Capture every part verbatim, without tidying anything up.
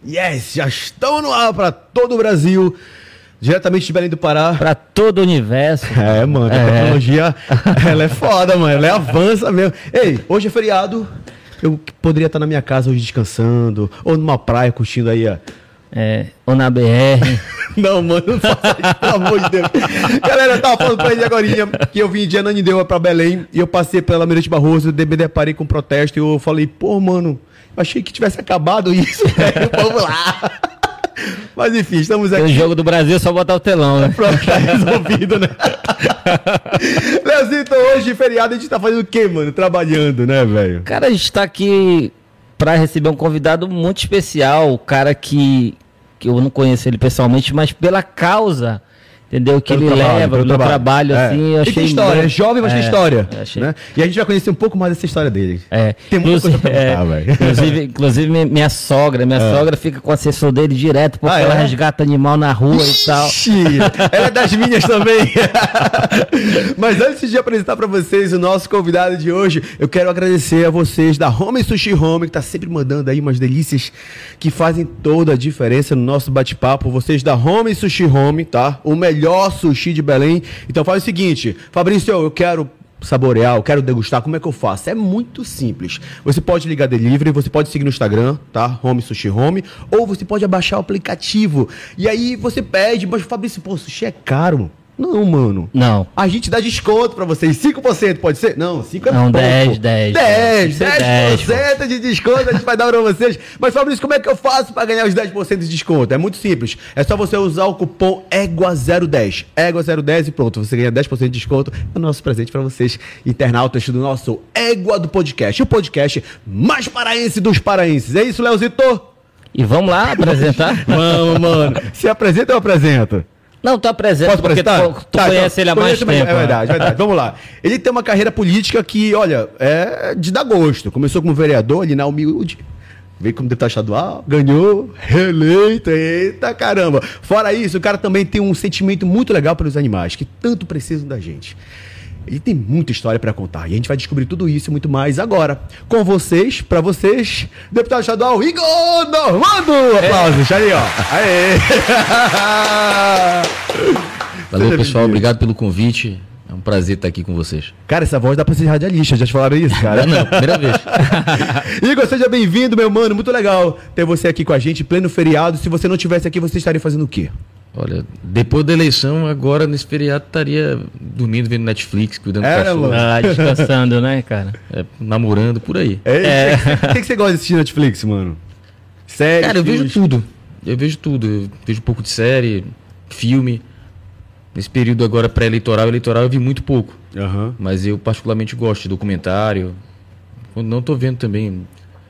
Yes, já estamos no ar para todo o Brasil, diretamente de Belém do Pará. Para todo o universo. É, mano, a É. tecnologia, ela é foda, mano, ela é avança mesmo. Ei, hoje é feriado, eu poderia estar na minha casa hoje descansando, ou numa praia curtindo aí, ó. É, ou na B R. Não, mano, não faça isso, pelo amor de Deus. Galera, eu tava falando pra ele agora que eu vim de Ananindeua pra Belém e eu passei pela Mirante Barroso, eu me deparei com um protesto e eu falei, pô, mano, achei que tivesse acabado isso, velho, vamos lá. Mas enfim, estamos aqui. No jogo do Brasil é só botar o telão, né? Pronto, tá resolvido, né? Leozito, hoje, feriado, a gente tá fazendo o quê, mano? Trabalhando, né, velho? Cara, a gente tá aqui pra receber um convidado muito especial, o cara que, que eu não conheço ele pessoalmente, mas pela causa, entendeu? Que Pelo ele trabalho, leva, pelo pelo trabalho. trabalho, É. assim, eu E achei... tem história, é muito- jovem, mas tem É, história, eu achei- né? E a gente vai conhecer um pouco mais dessa história dele. É, Tem muita coisa pra inclusive, contar, é, velho. inclusive, inclusive minha, minha sogra, minha sogra fica com o assessor dele direto, porque Ah, ela é? resgata animal na rua e tal. Ixi, ela é das minhas também. Mas antes de apresentar pra vocês o nosso convidado de hoje, eu quero agradecer a vocês da Home Sushi Home, que tá sempre mandando aí umas delícias que fazem toda a diferença no nosso bate-papo. Vocês da Home Sushi Home, tá? O melhor sushi de Belém. Então faz o seguinte, Fabrício, eu quero saborear, eu quero degustar, como é que eu faço? É muito simples. Você pode ligar delivery, você pode seguir no Instagram, tá? Home Sushi Home, ou você pode abaixar o aplicativo. E aí você pede, mas Fabrício, pô, sushi é caro. Não, mano. Não. A gente dá desconto pra vocês. cinco por cento pode ser? Não, cinco é Não, pouco. dez, dez. dez, Tem que ser dez por cento de desconto a gente vai dar pra vocês. Mas, Fabrício, como é que eu faço pra ganhar os dez por cento de desconto? É muito simples. É só você usar o cupom E G U A zero dez. E G U A zero dez e pronto. Você ganha dez por cento de desconto. É o nosso presente pra vocês, internautas do nosso E G U A do podcast. O podcast mais paraense dos paraenses. É isso, Leozito? E vamos lá apresentar? Vamos, mano. Se apresenta, eu apresento. Não, tu apresenta, Posso porque apresentar? tu, tu Tá, conhece então, ele há mais conheço, mas tempo. É né? verdade, é verdade. Vamos lá. Ele tem uma carreira política que, olha, é de dar gosto. Começou como vereador ali na Humilde, veio como deputado estadual, ganhou, reeleito, eita caramba. Fora isso, o cara também tem um sentimento muito legal pelos animais, que tanto precisam da gente. Ele tem muita história pra contar e a gente vai descobrir tudo isso e muito mais agora. Com vocês, pra vocês, deputado estadual Igor Normando! Aplausos, ali, ó. Aê! Valeu, Seja pessoal. bem-vindo. Obrigado pelo convite. É um prazer estar aqui com vocês. Cara, essa voz dá pra ser radialista, já te falaram isso, cara? Não, primeira vez. Igor, seja bem-vindo, meu mano. Muito legal ter você aqui com a gente, em pleno feriado. Se você não estivesse aqui, você estaria fazendo o quê? Olha, depois da eleição, agora nesse feriado, estaria dormindo, vendo Netflix, cuidando Era, do cachorro, mano. Ah, descansando, né, cara? é, namorando, por aí. É. O que, que você gosta de assistir Netflix, mano? Série? Cara, eu vejo filmes? tudo. Eu vejo tudo. Eu vejo um pouco de série, filme. Nesse período agora pré-eleitoral, eleitoral eu vi muito pouco. Aham. Mas eu particularmente gosto de documentário. Quando não, tô vendo também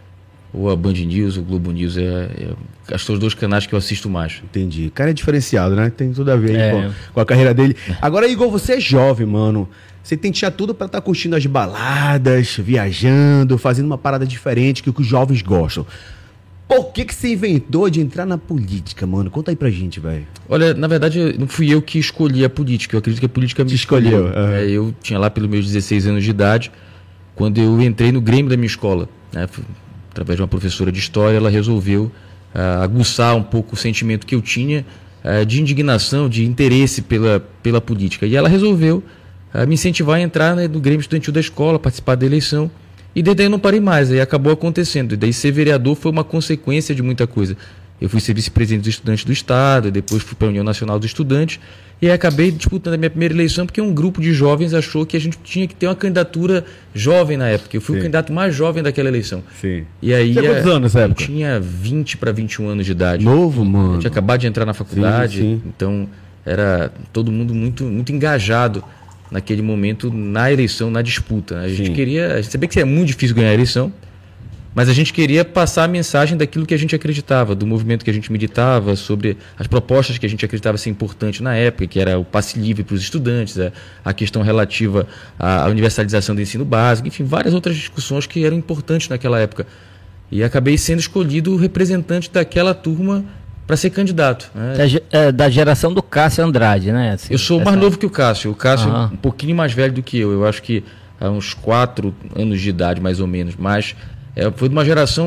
ou a Band News, ou o Globo News. É, é, acho que são os dois canais que eu assisto mais. Entendi. Cara, é diferenciado, né? Tem tudo a ver aí É. com, com a carreira dele. Agora, Igor, você é jovem, mano. Você tem tinha tudo pra estar curtindo as baladas, viajando, fazendo uma parada diferente que os jovens gostam. Por que que você inventou de entrar na política, mano? Conta aí pra gente, velho. Olha, na verdade, não fui eu que escolhi a política. Eu acredito que a política me Te escolheu, escolheu. aham. É, eu tinha lá pelos meus dezesseis anos de idade, quando eu entrei no Grêmio da minha escola, né? Fui- através de uma professora de história, ela resolveu ah, aguçar um pouco o sentimento que eu tinha ah, de indignação, de interesse pela, pela política. E ela resolveu ah, me incentivar a entrar, né, no Grêmio Estudantil da escola, participar da eleição. E desde aí eu não parei mais, aí acabou acontecendo. E daí ser vereador foi uma consequência de muita coisa. Eu fui ser vice-presidente dos estudantes do Estado, depois fui para a União Nacional dos Estudantes, e aí acabei disputando a minha primeira eleição porque um grupo de jovens achou que a gente tinha que ter uma candidatura jovem na época. Eu fui Sim. o candidato mais jovem daquela eleição. Sim. E aí, Tinha quantos eh, anos nessa eu época? tinha vinte para vinte e um anos de idade. Novo, mano. Eu tinha acabado de entrar na faculdade, Sim, sim. então era todo mundo muito, muito engajado naquele momento na eleição, na disputa. A gente Sim. queria, a gente sabia que é muito difícil ganhar a eleição, mas a gente queria passar a mensagem daquilo que a gente acreditava, do movimento que a gente militava, sobre as propostas que a gente acreditava ser importante na época, que era o passe livre para os estudantes, a, a questão relativa à, à universalização do ensino básico, enfim, várias outras discussões que eram importantes naquela época. E acabei sendo escolhido o representante daquela turma para ser candidato. Né? Da, ge- é, da geração do Cássio Andrade, né? Assim, Eu sou essa- mais novo que o Cássio. O Cássio Aham. é um pouquinho mais velho do que eu. Eu acho que há uns quatro anos de idade, mais ou menos. Mas é, foi de uma geração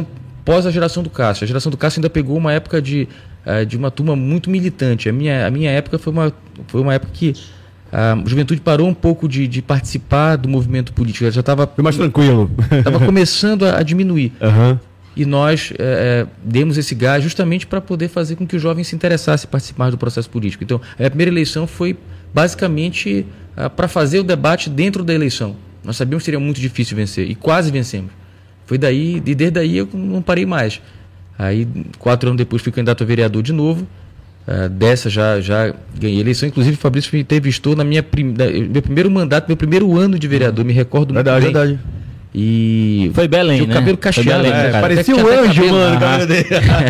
pós a geração do Cássio. A geração do Cássio ainda pegou uma época de, uh, de uma turma muito militante. A minha, a minha época foi uma, foi uma época que a juventude parou um pouco de, de participar do movimento político. Ela já estava... Foi mais tranquilo. Estava começando a, a diminuir. Uhum. E nós é, demos esse gás justamente para poder fazer com que os jovens se interessassem em participar do processo político. Então, a primeira eleição foi basicamente uh, para fazer o debate dentro da eleição. Nós sabíamos que seria muito difícil vencer, e quase vencemos. Foi daí, e desde daí eu não parei mais. Aí, quatro anos depois, fui candidato a vereador de novo. Uh, dessa já, já ganhei eleição. Inclusive, o Fabrício me entrevistou na minha prim... na, meu primeiro mandato, meu primeiro ano de vereador. Me recordo muito verdade, bem. Verdade, E foi Belém, tinha né? o cabelo cacheado. Belém, né? cara. Parecia um anjo, cabelo, mano. Cabelo dele.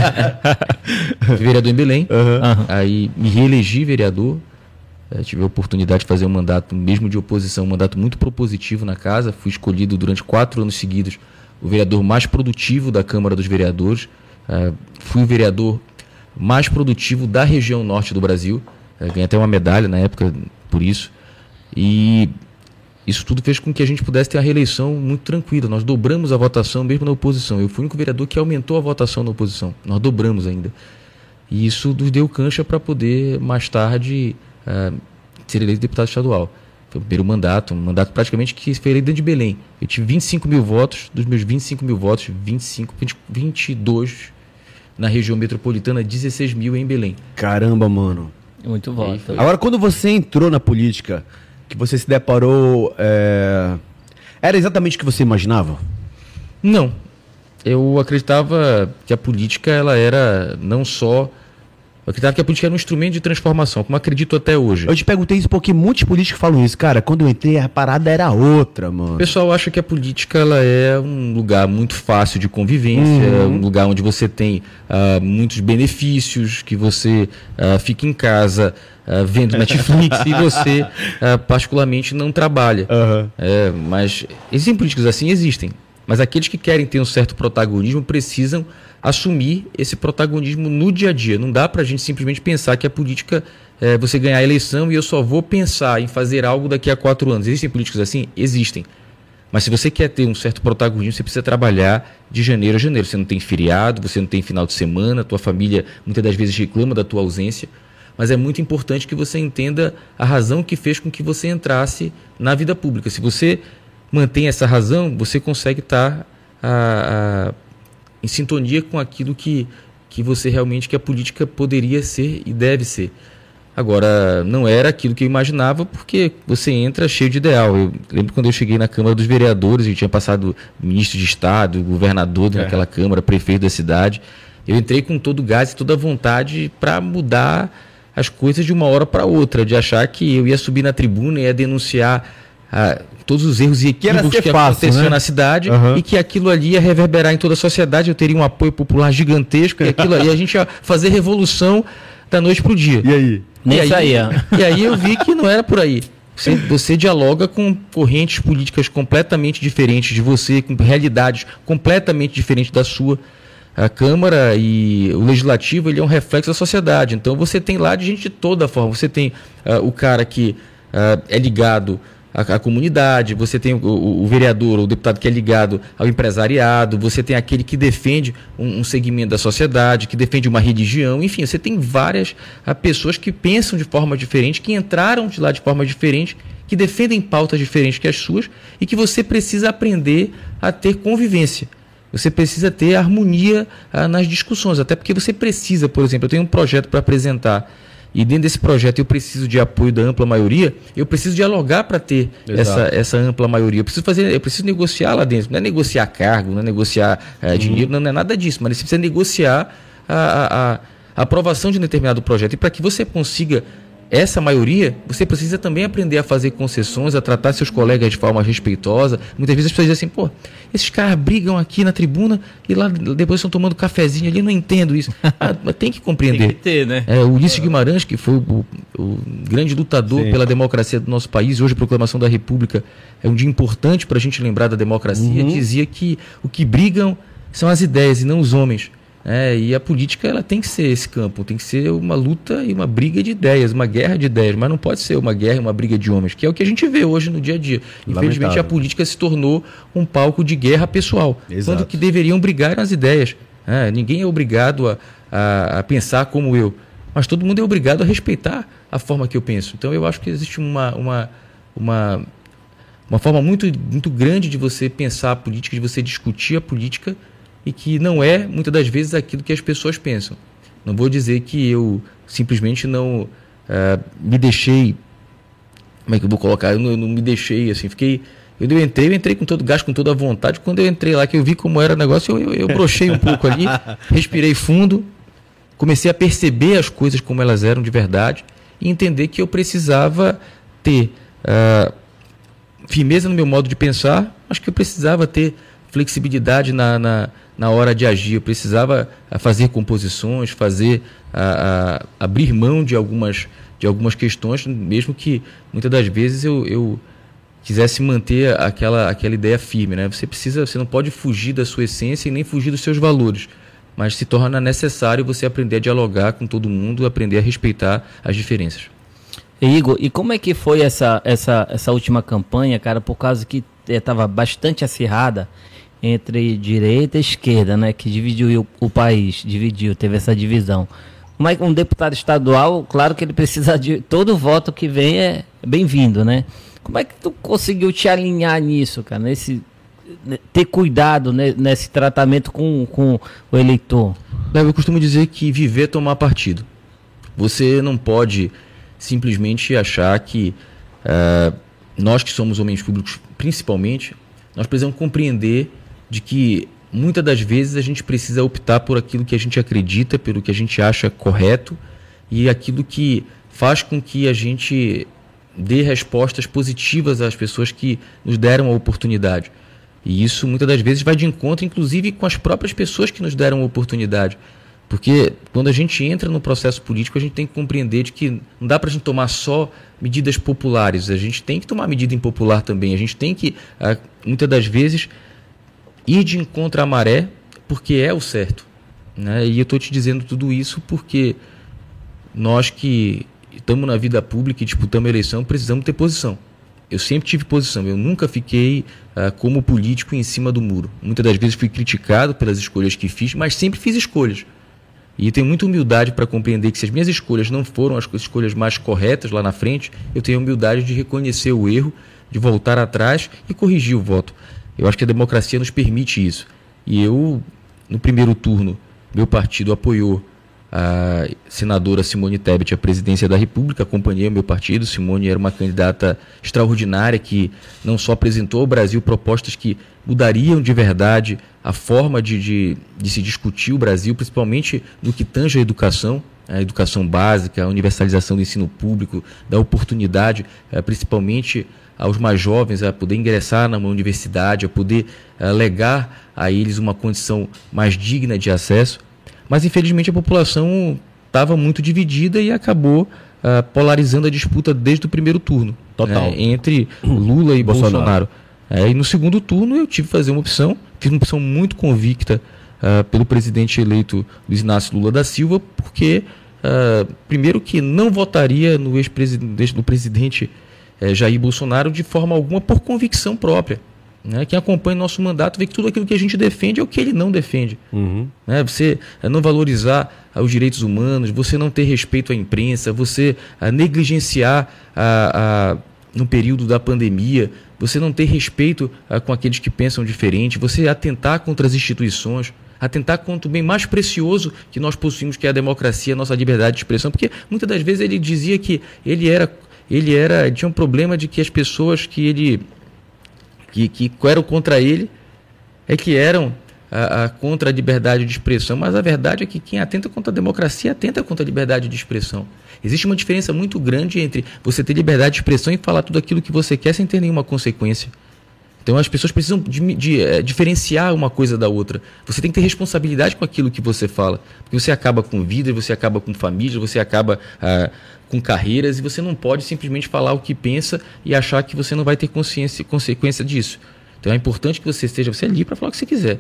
Fui vereador em Belém. Uhum. Uhum. Aí me reelegi vereador. É, tive a oportunidade de fazer um mandato, mesmo de oposição, um mandato muito propositivo na casa. Fui escolhido durante quatro anos seguidos o vereador mais produtivo da Câmara dos Vereadores. É, fui o vereador mais produtivo da região norte do Brasil. É, ganhei até uma medalha na época por isso. E isso tudo fez com que a gente pudesse ter a reeleição muito tranquila. Nós dobramos a votação mesmo na oposição. Eu fui o único vereador que aumentou a votação na oposição. Nós dobramos ainda. E isso nos deu cancha para poder, mais tarde, uh, ser eleito deputado estadual. Foi o primeiro mandato, um mandato praticamente que foi eleito dentro de Belém. Eu tive vinte e cinco mil votos, dos meus vinte e cinco mil votos, vinte e cinco, vinte, vinte e dois na região metropolitana, dezesseis mil em Belém. Caramba, mano. Muito voto. Agora, quando você entrou na política, que você se deparou, é... era exatamente o que você imaginava? Não. Eu acreditava que a política ela era não só... Eu acreditava que a política era um instrumento de transformação, como acredito até hoje. Eu te perguntei isso porque muitos políticos falam isso. Cara, quando eu entrei, a parada era outra, mano. O pessoal acha que a política ela é um lugar muito fácil de convivência, uhum. um lugar onde você tem uh, muitos benefícios, que você uh, fica em casa uh, vendo Netflix e você uh, particularmente não trabalha. Uhum. É, mas existem políticos assim? Existem. Mas aqueles que querem ter um certo protagonismo precisam assumir esse protagonismo no dia a dia. Não dá para a gente simplesmente pensar que a política é você ganhar a eleição e eu só vou pensar em fazer algo daqui a quatro anos. Existem políticos assim? Existem. Mas se você quer ter um certo protagonismo, você precisa trabalhar de janeiro a janeiro. Você não tem feriado, você não tem final de semana, tua família muitas das vezes reclama da tua ausência. Mas é muito importante que você entenda a razão que fez com que você entrasse na vida pública. Se você mantém essa razão, você consegue estar a, a, em sintonia com aquilo que, que você realmente, que a política poderia ser e deve ser. Agora, não era aquilo que eu imaginava, porque você entra cheio de ideal. Eu lembro quando eu cheguei na Câmara dos Vereadores, eu tinha passado ministro de Estado, governador daquela é. Câmara, prefeito da cidade. Eu entrei com todo o gás e toda a vontade para mudar as coisas de uma hora para outra, de achar que eu ia subir na tribuna e ia denunciar ah, todos os erros e equívocos que, que aconteciam, né? Na cidade, uhum. E que aquilo ali ia reverberar em toda a sociedade, eu teria um apoio popular gigantesco e aquilo ali a gente ia fazer revolução da noite para o dia. E aí? Nem aí, saía. E aí eu vi que não era por aí. Você, você dialoga com correntes políticas completamente diferentes de você, com realidades completamente diferentes da sua. A Câmara e o Legislativo, ele é um reflexo da sociedade. Então você tem lá de gente de toda forma. Você tem uh, o cara que uh, é ligado à, à comunidade, você tem o, o, o vereador, o deputado que é ligado ao empresariado, você tem aquele que defende um, um segmento da sociedade, que defende uma religião. Enfim, você tem várias uh, pessoas que pensam de forma diferente, que entraram de lá de forma diferente, que defendem pautas diferentes que as suas e que você precisa aprender a ter convivência. Você precisa ter harmonia ah, nas discussões, até porque você precisa, por exemplo, eu tenho um projeto para apresentar e dentro desse projeto eu preciso de apoio da ampla maioria, eu preciso dialogar para ter essa, essa ampla maioria. Eu preciso fazer, eu preciso negociar lá dentro, não é negociar cargo, não é negociar ah, uhum. dinheiro, não, não é nada disso, mas você precisa negociar a, a, a aprovação de um determinado projeto. E para que você consiga essa maioria, você precisa também aprender a fazer concessões, a tratar seus colegas de forma respeitosa. Muitas vezes as pessoas dizem assim, pô, esses caras brigam aqui na tribuna e lá depois estão tomando cafezinho ali, eu não entendo isso. Ah, mas tem que compreender. Tem que ter, né? É, o Ulisses Guimarães, que foi o, o grande lutador Sim. pela democracia do nosso país, hoje a proclamação da República é um dia importante para a gente lembrar da democracia, uhum. dizia que o que brigam são as ideias e não os homens. É, e a política ela tem que ser esse campo, tem que ser uma luta e uma briga de ideias, uma guerra de ideias, mas não pode ser uma guerra e uma briga de homens, que é o que a gente vê hoje no dia a dia. Infelizmente Lamentável. a política se tornou um palco de guerra pessoal, Exato. quando que deveriam brigar as ideias. É, ninguém é obrigado a, a, a pensar como eu, mas todo mundo é obrigado a respeitar a forma que eu penso. Então eu acho que existe uma, uma, uma, uma forma muito, muito grande de você pensar a política, de você discutir a política, e que não é, muitas das vezes, aquilo que as pessoas pensam. Não vou dizer que eu simplesmente não uh, me deixei... Como é que eu vou colocar? Eu não, eu não me deixei, assim, fiquei... Eu, eu entrei, eu entrei com todo gás, com toda a vontade. Quando eu entrei lá, que eu vi como era o negócio, eu, eu, eu brochei um pouco ali, respirei fundo, comecei a perceber as coisas como elas eram de verdade e entender que eu precisava ter uh, firmeza no meu modo de pensar, mas que eu precisava ter flexibilidade na... na na hora de agir, eu precisava fazer composições, fazer, a, a, abrir mão de algumas, de algumas questões, mesmo que muitas das vezes eu, eu quisesse manter aquela, aquela ideia firme, né? Você precisa, você não pode fugir da sua essência e nem fugir dos seus valores, mas se torna necessário você aprender a dialogar com todo mundo, aprender a respeitar as diferenças. Igor, e como é que foi essa, essa, essa última campanha, cara, por causa que estava bastante acirrada entre direita e esquerda, né, que dividiu o, o país, dividiu, teve essa divisão. Mas um deputado estadual, claro que ele precisa de todo voto que vem é bem-vindo, né? Como é que tu conseguiu te alinhar nisso, cara, nesse ter cuidado, né, nesse tratamento com, com o eleitor? Eu costumo dizer que viver é tomar partido. Você não pode simplesmente achar que uh, nós que somos homens públicos, principalmente, nós precisamos compreender de que muitas das vezes a gente precisa optar por aquilo que a gente acredita, pelo que a gente acha correto e aquilo que faz com que a gente dê respostas positivas às pessoas que nos deram a oportunidade. E isso muitas das vezes vai de encontro, inclusive, com as próprias pessoas que nos deram a oportunidade. Porque quando a gente entra no processo político, a gente tem que compreender de que não dá para a gente tomar só medidas populares, a gente tem que tomar medida impopular também, a gente tem que, muitas das vezes, ir de encontro à maré, porque é o certo, né? E eu estou te dizendo tudo isso porque nós que estamos na vida pública e disputamos a eleição, precisamos ter posição. Eu sempre tive posição, eu nunca fiquei uh, como político em cima do muro. Muitas das vezes fui criticado pelas escolhas que fiz, mas sempre fiz escolhas. E tenho muita humildade para compreender que se as minhas escolhas não foram as escolhas mais corretas lá na frente, eu tenho a humildade de reconhecer o erro, de voltar atrás e corrigir o voto. Eu acho que a democracia nos permite isso. E eu, no primeiro turno, meu partido apoiou a senadora Simone Tebet à presidência da República, acompanhei o meu partido. Simone era uma candidata extraordinária que não só apresentou ao Brasil propostas que mudariam de verdade a forma de, de, de se discutir o Brasil, principalmente no que tange a educação, a educação básica, a universalização do ensino público, da oportunidade, principalmente aos mais jovens, a poder ingressar numa universidade, a poder a legar a eles uma condição mais digna de acesso. Mas, infelizmente, a população estava muito dividida e acabou uh, polarizando a disputa desde o primeiro turno. Total. Né, entre Lula e Bolsonaro. Bolsonaro. É, e no segundo turno eu tive que fazer uma opção, fiz uma opção muito convicta uh, pelo presidente eleito Luiz Inácio Lula da Silva, porque, uh, primeiro, que não votaria no ex-presidente, no presidente uh, Jair Bolsonaro de forma alguma por convicção própria. Né? Quem acompanha o nosso mandato vê que tudo aquilo que a gente defende é o que ele não defende. Uhum. Né? Você uh, não valorizar uh, os direitos humanos, você não ter respeito à imprensa, você uh, negligenciar a. Uh, uh, no período da pandemia, você não ter respeito uh, com aqueles que pensam diferente, você atentar contra as instituições, atentar contra o bem mais precioso que nós possuímos, que é a democracia, a nossa liberdade de expressão, porque muitas das vezes ele dizia que ele era, ele era, tinha um problema de que as pessoas que ele, que, que eram contra ele, é que eram a, a, contra a liberdade de expressão, mas a verdade é que quem atenta contra a democracia atenta contra a liberdade de expressão. Existe uma diferença muito grande entre você ter liberdade de expressão e falar tudo aquilo que você quer sem ter nenhuma consequência. Então as pessoas precisam de, de, de, é, diferenciar uma coisa da outra. Você tem que ter responsabilidade com aquilo que você fala, porque você acaba com vidas, você acaba com famílias, você acaba ah, com carreiras, e você não pode simplesmente falar o que pensa e achar que você não vai ter consciência, consequência disso. Então é importante que você esteja você é livre para falar o que você quiser.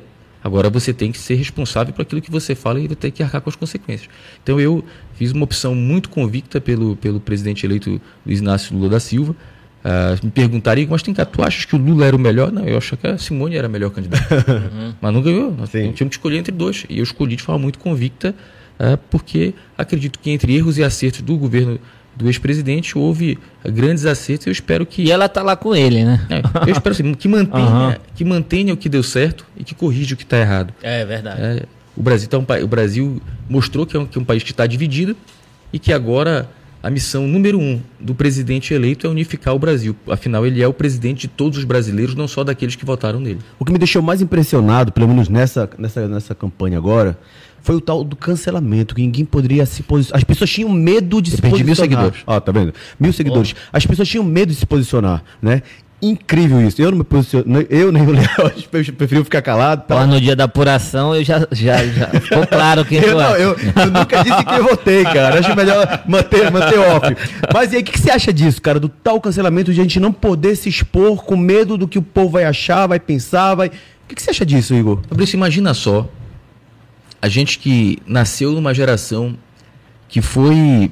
Agora você tem que ser responsável por aquilo que você fala e vai ter que arcar com as consequências. Então eu fiz uma opção muito convicta pelo, pelo presidente eleito Luiz Inácio Lula da Silva. Uh, me perguntaria, mas tem que, tu achas que o Lula era o melhor? Não, eu acho que a Simone era a melhor candidata. Uhum. Mas não ganhou, nós tínhamos que escolher entre dois. E eu escolhi de forma muito convicta, uh, porque acredito que entre erros e acertos do governo do ex-presidente houve grandes acertos. Eu espero que... E ela está lá com ele, né? É, eu espero assim, que, mantenha, uhum. que mantenha o que deu certo e que corrija o que está errado. É verdade. É, o, Brasil tá um, o Brasil mostrou que é um, que é um país que está dividido e que agora... A missão número um do presidente eleito é unificar o Brasil. Afinal, ele é o presidente de todos os brasileiros, não só daqueles que votaram nele. O que me deixou mais impressionado, pelo menos nessa, nessa, nessa campanha agora, foi o tal do cancelamento, que ninguém poderia se posicionar. As pessoas tinham medo de Eu se perdi posicionar. mil seguidores. Ó, tá vendo? Mil seguidores. Oh. As pessoas tinham medo de se posicionar, né? Incrível isso. Eu não me posiciono, eu nem o Léo, prefiro ficar calado. Tá? Lá no dia da apuração, eu já, já, já ficou claro quem eu, tu não, é. eu, eu nunca disse que eu votei, cara. Acho melhor manter, manter off. Mas e aí, o que, que você acha disso, cara? Do tal cancelamento de a gente não poder se expor com medo do que o povo vai achar, vai pensar, vai... O que, que você acha disso, Igor? Fabrício, imagina só, a gente que nasceu numa geração que foi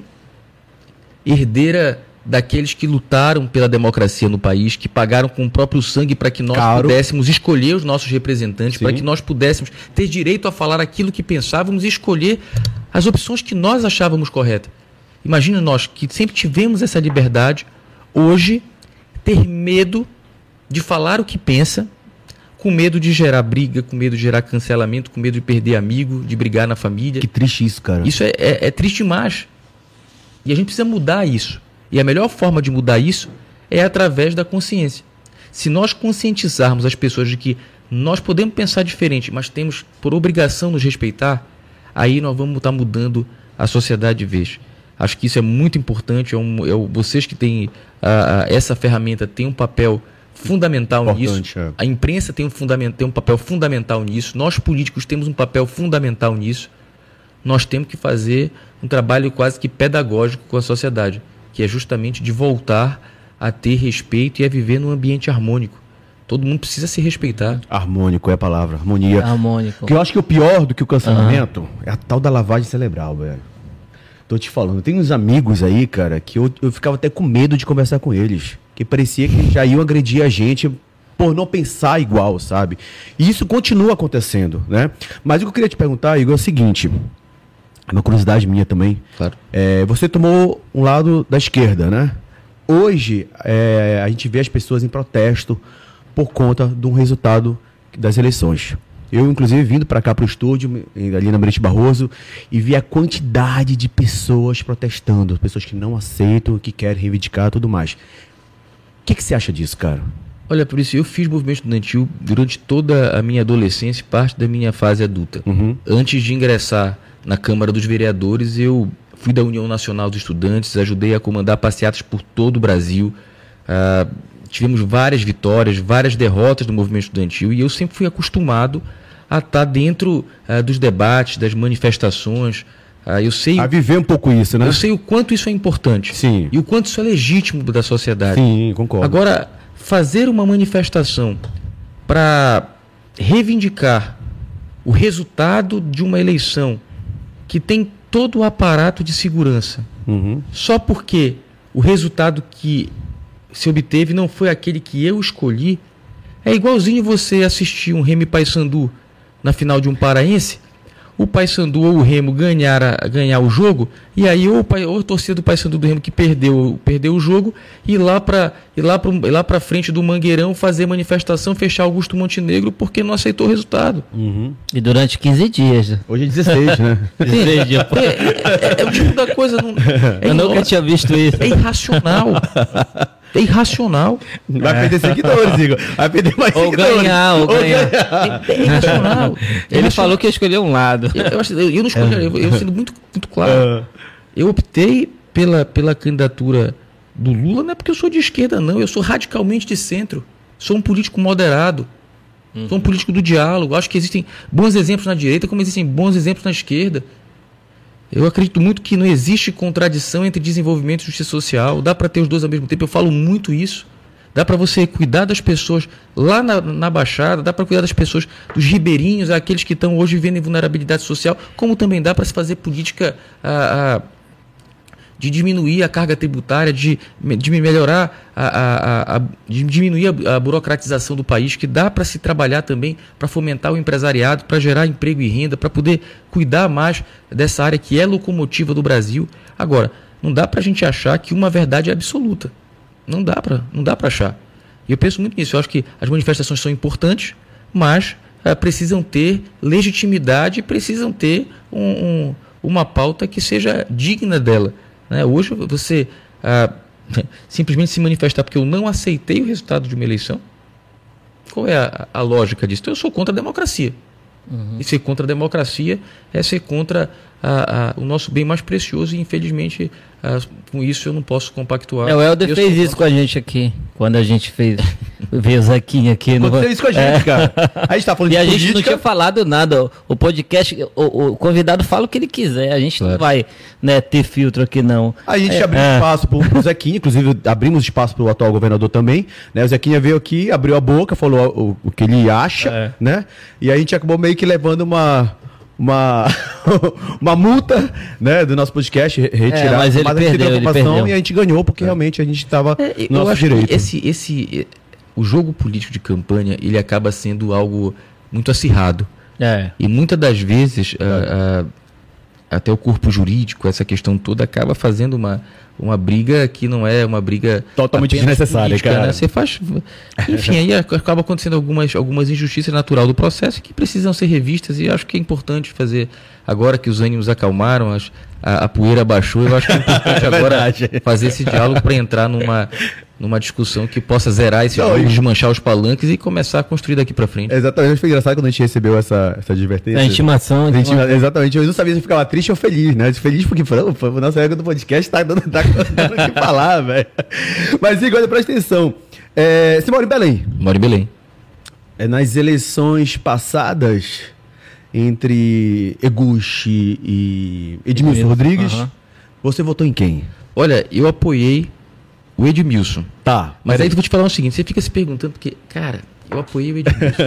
herdeira daqueles que lutaram pela democracia no país, que pagaram com o próprio sangue para que nós Caro. pudéssemos escolher os nossos representantes, para que nós pudéssemos ter direito a falar aquilo que pensávamos e escolher as opções que nós achávamos corretas. Imagina nós, que sempre tivemos essa liberdade, hoje ter medo de falar o que pensa, com medo de gerar briga, com medo de gerar cancelamento, com medo de perder amigo, de brigar na família. Que triste isso, cara. Isso é, é, é triste demais. E a gente precisa mudar isso. E a melhor forma de mudar isso é através da consciência. Se nós conscientizarmos as pessoas de que nós podemos pensar diferente, mas temos por obrigação nos respeitar, aí nós vamos estar mudando a sociedade de vez. Acho que isso é muito importante. É um, é um, vocês que têm a, a, essa ferramenta têm um papel fundamental importante, nisso. É. A imprensa tem um, fundament, tem um papel fundamental nisso. Nós políticos temos um papel fundamental nisso. Nós temos que fazer um trabalho quase que pedagógico com a sociedade, que é justamente de voltar a ter respeito e a viver num ambiente harmônico. Todo mundo precisa se respeitar. Harmônico é a palavra, harmonia. Harmônico. Porque eu acho que o pior do que o cancelamento uhum. é a tal da lavagem cerebral, velho. Tô te falando, tem uns amigos aí, cara, que eu, eu ficava até com medo de conversar com eles. Que parecia que já iam agredir a gente por não pensar igual, sabe? E isso continua acontecendo, né? Mas o que eu queria te perguntar, Igor, é o seguinte... Uma curiosidade minha também. Claro. É, você tomou um lado da esquerda, né? Hoje, é, a gente vê as pessoas em protesto por conta do resultado das eleições. Eu, inclusive, vindo para cá para o estúdio, ali na Merete Barroso, e vi a quantidade de pessoas protestando, pessoas que não aceitam, que querem reivindicar e tudo mais. O que, que você acha disso, cara? Olha, por isso, eu fiz movimento estudantil durante toda a minha adolescência e parte da minha fase adulta. Uhum. Antes de ingressar na Câmara dos Vereadores, eu fui da União Nacional dos Estudantes, ajudei a comandar passeatas por todo o Brasil. Uh, tivemos várias vitórias, várias derrotas do movimento estudantil, e eu sempre fui acostumado a estar dentro uh, dos debates, das manifestações. Uh, eu sei, a viver um pouco isso, né? Eu sei o quanto isso é importante. Sim. E o quanto isso é legítimo da sociedade. Sim, concordo. Agora, fazer uma manifestação para reivindicar o resultado de uma eleição que tem todo o aparato de segurança, uhum. só porque o resultado que se obteve não foi aquele que eu escolhi, é igualzinho você assistir um Remo e Paysandu na final de um paraense, o Paysandu ou o Remo ganhar, a, ganhar o jogo, e aí ou, ou a torcida do Paysandu do Remo que perdeu, perdeu o jogo, ir lá para ir lá para ir lá para frente do Mangueirão fazer manifestação, fechar Augusto Montenegro porque não aceitou o resultado. Uhum. E durante quinze dias. Hoje é dezesseis, né? dezesseis dias. É, é, é o tipo da coisa... Não, é Eu nunca tinha visto isso. É irracional. É irracional. Vai é. perder seguidores, Igor. Vai perder mais ou seguidores. Ganhar, ou, ou ganhar, É, é irracional. Ele irracional. falou que escolheu um lado. Eu, eu, eu, eu não escolhi, eu, eu sendo muito, muito claro. Eu optei pela, pela candidatura do Lula, não é porque eu sou de esquerda, não. Eu sou radicalmente de centro. Sou um político moderado. Uhum. Sou um político do diálogo. Acho que existem bons exemplos na direita, como existem bons exemplos na esquerda. Eu acredito muito que não existe contradição entre desenvolvimento e justiça social. Dá para ter os dois ao mesmo tempo. Eu falo muito isso. dá para você cuidar das pessoas lá na, na Baixada, dá para cuidar das pessoas dos ribeirinhos, aqueles que estão hoje vivendo em vulnerabilidade social, como também dá para se fazer política a, a, de diminuir a carga tributária, de, de melhorar, a, a, a, de diminuir a, a burocratização do país, que dá para se trabalhar também para fomentar o empresariado, para gerar emprego e renda, para poder cuidar mais dessa área que é locomotiva do Brasil. Agora, não dá para a gente achar que uma verdade é absoluta. Não dá para não dá para achar. E eu penso muito nisso. Eu acho que as manifestações são importantes, mas é, precisam ter legitimidade, precisam ter um, um, uma pauta que seja digna dela. Né? Hoje você ah, simplesmente se manifestar porque eu não aceitei o resultado de uma eleição. Qual é a, a lógica disso? Então, eu sou contra a democracia. Uhum. E ser contra a democracia é ser contra a, a, o nosso bem mais precioso, e infelizmente a, com isso eu não posso compactuar. É, o Helder fez isso com a gente aqui, quando a gente fez ver o Zequinha aqui. Aconteceu no... isso com a gente, é. cara. A gente tá falando e de a política. gente não tinha falado nada. O podcast, o, o convidado fala o que ele quiser. A gente claro. não vai, né, ter filtro aqui, não. A gente é, abriu é. espaço pro, pro Zequinha, inclusive abrimos espaço pro atual governador também. Né? O Zequinha veio aqui, abriu a boca, falou o, o que ele acha, é. né? E aí a gente acabou meio que levando uma... uma, uma multa, né, do nosso podcast, retirar, é, mas ele mas perdeu, a ele perdeu. E a gente ganhou porque é. realmente a gente estava é, no nosso direito. Esse, esse, o jogo político de campanha, ele acaba sendo algo muito acirrado. É. E muitas das vezes, é. a, a, até o corpo jurídico, essa questão toda, acaba fazendo uma, uma briga que não é uma briga totalmente desnecessária, política, cara. Né? Você faz, enfim, aí acaba acontecendo algumas, algumas injustiças naturais do processo que precisam ser revistas, e acho que é importante fazer, agora que os ânimos acalmaram, as, a, a poeira baixou, eu acho que é importante é agora fazer esse diálogo para entrar numa, numa discussão que possa zerar esse jogo, desmanchar os palanques e começar a construir daqui para frente. Exatamente, foi engraçado quando a gente recebeu essa, essa advertência. A intimação. A intima, exatamente, eu não sabia se eu ficava triste ou feliz, né? Feliz porque falou, o nosso ego do podcast tá dando, tá dando o que falar, velho. Mas Igor, presta atenção. É, você mora em Belém? Moro em Belém. É, nas eleições passadas, entre Eguchi e Edmilson Rodrigues, uhum. você votou em quem? Olha, eu apoiei o Edmilson. Tá. Mas aí eu vou te falar o seguinte, você fica se perguntando, porque, cara, eu apoiei o Edmilson.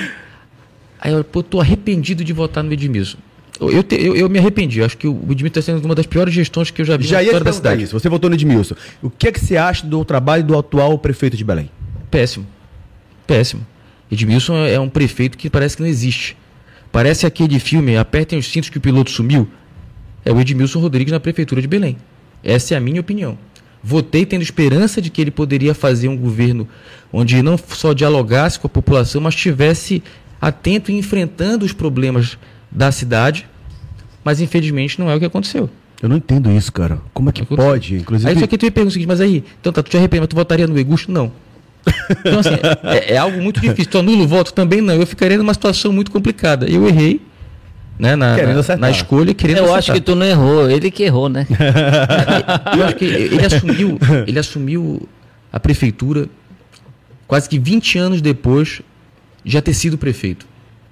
Aí eu, pô, tô arrependido de votar no Edmilson. Eu, eu, te, eu, eu me arrependi, eu acho que o Edmilson está sendo uma das piores gestões que eu já vi já na ia história da cidade. Isso. Você votou no Edmilson. O que é que você acha do trabalho do atual prefeito de Belém? Péssimo. Péssimo. Edmilson é um prefeito que parece que não existe. Parece aquele filme, apertem os cintos que o piloto sumiu. É o Edmilson Rodrigues na prefeitura de Belém. Essa é a minha opinião. Votei tendo esperança de que ele poderia fazer um governo onde não só dialogasse com a população, mas estivesse atento e enfrentando os problemas da cidade, mas infelizmente não é o que aconteceu. Eu não entendo isso, cara. Como é que aconteceu? Pode? Inclusive... Aí só que tu me pergunta o seguinte, mas aí, então tá, tu te arrepende, mas tu votaria no Eguchi? Não. Então assim, é, é algo muito difícil. Tu anula o voto? Também não. Eu ficaria numa situação muito complicada. Eu errei, né, na, na, na escolha, querendo Eu acertar. acho que tu não errou, ele que errou, né? Eu acho que ele assumiu, ele assumiu a prefeitura quase que vinte anos depois de já ter sido prefeito.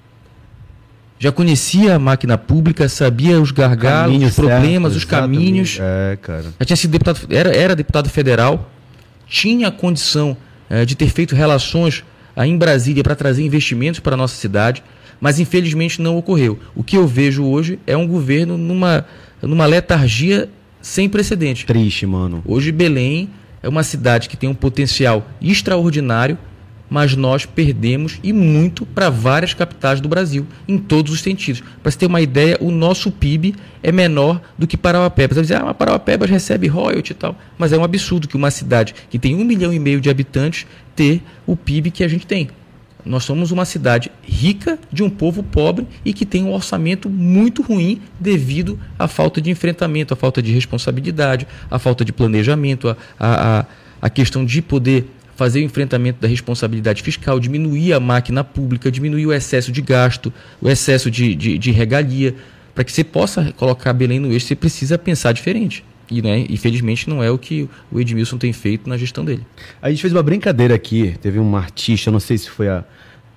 Já conhecia a máquina pública, sabia os gargalos, caminho os problemas, certo, os caminhos. É, cara. Já tinha sido deputado, era, era deputado federal, tinha a condição é, de ter feito relações aí em Brasília para trazer investimentos para a nossa cidade, mas infelizmente não ocorreu. O que eu vejo hoje é um governo numa, numa letargia sem precedente. Triste, mano. Hoje Belém é uma cidade que tem um potencial extraordinário, mas nós perdemos e muito para várias capitais do Brasil, em todos os sentidos. Para você ter uma ideia, o nosso P I B é menor do que Parauapebas. Você vai dizer, ah, mas Parauapebas recebe royalty e tal. Mas é um absurdo que uma cidade que tem um milhão e meio de habitantes ter o P I B que a gente tem. Nós somos uma cidade rica de um povo pobre e que tem um orçamento muito ruim devido à falta de enfrentamento, à falta de responsabilidade, à falta de planejamento, à, à, à questão de poder fazer o enfrentamento da responsabilidade fiscal, diminuir a máquina pública, diminuir o excesso de gasto, o excesso de, de, de regalia. Para que você possa colocar Belém no eixo, você precisa pensar diferente. E, né, infelizmente, não é o que o Edmilson tem feito na gestão dele. A gente fez uma brincadeira aqui, teve um artista, não sei se foi a,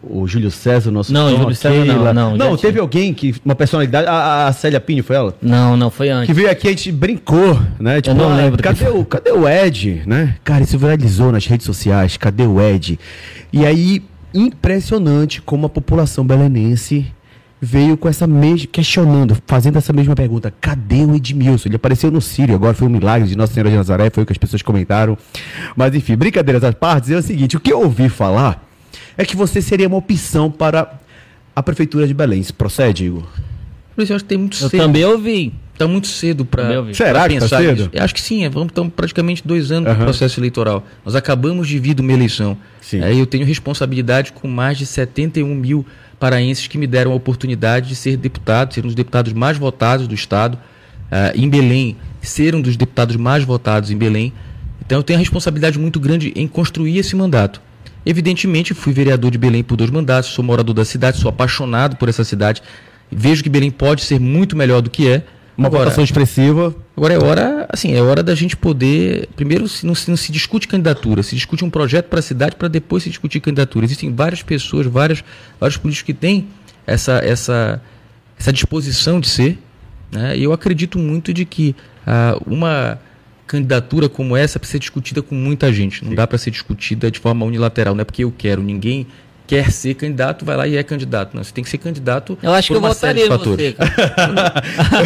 o Júlio César, o nosso Não, Tom, Júlio César não, Keila. não, Não, já teve tinha. alguém que, uma personalidade, a, a Célia Pini, foi ela? Não, não, foi antes. Que veio aqui, a gente brincou, né? Tipo, não ah, lembro cadê quem o, cadê o Ed, né? Cara, isso viralizou nas redes sociais, cadê o Ed? E aí, impressionante como a população belenense veio com essa mesma, questionando, fazendo essa mesma pergunta, cadê o Edmilson? Ele apareceu no Sírio, agora foi um milagre de Nossa Senhora de Nazaré, foi o que as pessoas comentaram. Mas enfim, brincadeiras à parte, é o seguinte, o que eu ouvi falar é que você seria uma opção para a Prefeitura de Belém. Isso procede, Igor? Por isso eu acho que tem muito Eu cedo. também ouvi. Está muito cedo Também para ouvi. Será que tá pensar cedo? nisso. Eu acho que sim, é, vamos estamos praticamente dois anos Aham. do processo eleitoral. Nós acabamos de vir de uma eleição. Sim. É, eu tenho responsabilidade com mais de setenta e um mil paraenses que me deram a oportunidade de ser deputado, ser um dos deputados mais votados do Estado. Ah, em Belém, ser um dos deputados mais votados em Belém. Então eu tenho a responsabilidade muito grande em construir esse mandato. Evidentemente, fui vereador de Belém por dois mandatos, sou morador da cidade, sou apaixonado por essa cidade. Vejo que Belém pode ser muito melhor do que é. Uma Agora, votação expressiva. agora é hora, assim, é hora da gente poder. Primeiro, se não, se não se discute candidatura, se discute um projeto para a cidade para depois se discutir candidatura. Existem várias pessoas, várias, vários políticos que têm essa, essa, essa disposição de ser, né? E eu acredito muito de que ah, uma candidatura como essa precisa ser discutida com muita gente. Não Sim. dá para ser discutida de forma unilateral. Não é porque eu quero, ninguém quer ser candidato, vai lá e é candidato. Não, você tem que ser candidato. Eu acho que eu por uma série votaria de em fatores. você, cara.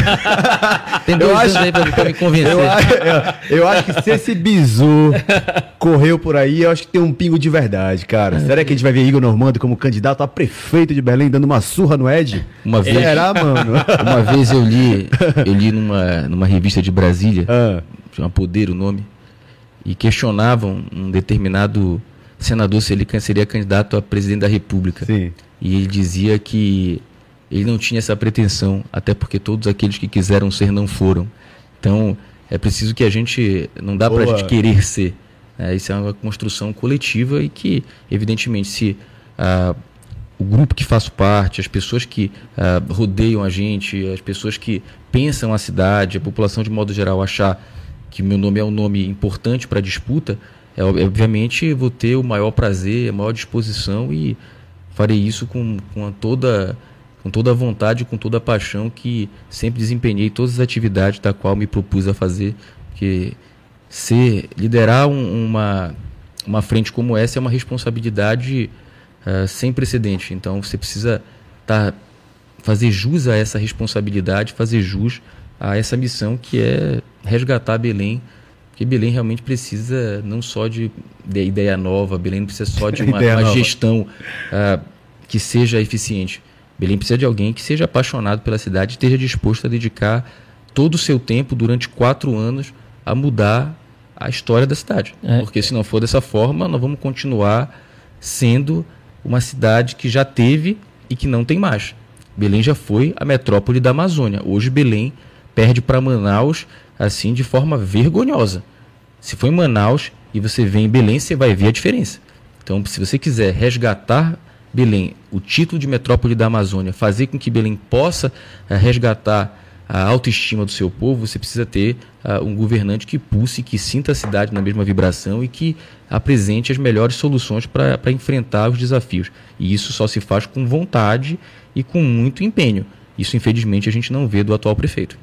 Tem dois Eu anos acho- aí para me convencer. Eu, acho- eu- eu acho que se esse bizu correu por aí, eu acho que tem um pingo de verdade, cara. Será que a gente vai ver Igor Normando como candidato a prefeito de Belém dando uma surra no Ed? Uma vez- Será, mano? Uma vez eu li, eu li numa, numa revista de Brasília, Ah, chama Poder o nome, e questionavam um determinado senador se ele can- seria candidato a presidente da República. sim. E ele dizia que ele não tinha essa pretensão, até porque todos aqueles que quiseram ser não foram. Então, é preciso que a gente, não dá para a Boa. gente querer ser. É, isso é uma construção coletiva e que, evidentemente, se ah, o grupo que faço parte, as pessoas que ah, rodeiam a gente, as pessoas que pensam a cidade, a população de modo geral achar que o meu nome é um nome importante para a disputa, é, obviamente vou ter o maior prazer, a maior disposição e farei isso com, com, a toda, com toda a vontade, com toda a paixão que sempre desempenhei todas as atividades da qual me propus a fazer, que ser, liderar um, uma, uma frente como essa é uma responsabilidade uh, sem precedente. Então você precisa tá, fazer jus a essa responsabilidade, fazer jus a essa missão que é resgatar Belém, porque Belém realmente precisa não só de, de ideia nova, Belém não precisa só de uma, Ideia uma nova. gestão uh, que seja eficiente. Belém precisa de alguém que seja apaixonado pela cidade e esteja disposto a dedicar todo o seu tempo durante quatro anos a mudar a história da cidade. É. Porque se não for dessa forma, nós vamos continuar sendo uma cidade que já teve e que não tem mais. Belém já foi a metrópole da Amazônia. Hoje Belém perde para Manaus assim de forma vergonhosa. Se for em Manaus e você vem em Belém, você vai ver a diferença. Então, se você quiser resgatar Belém, o título de metrópole da Amazônia, fazer com que Belém possa eh, resgatar a autoestima do seu povo, você precisa ter uh, um governante que pulse, que sinta a cidade na mesma vibração e que apresente as melhores soluções para enfrentar os desafios. E isso só se faz com vontade e com muito empenho. Isso, infelizmente, a gente não vê do atual prefeito.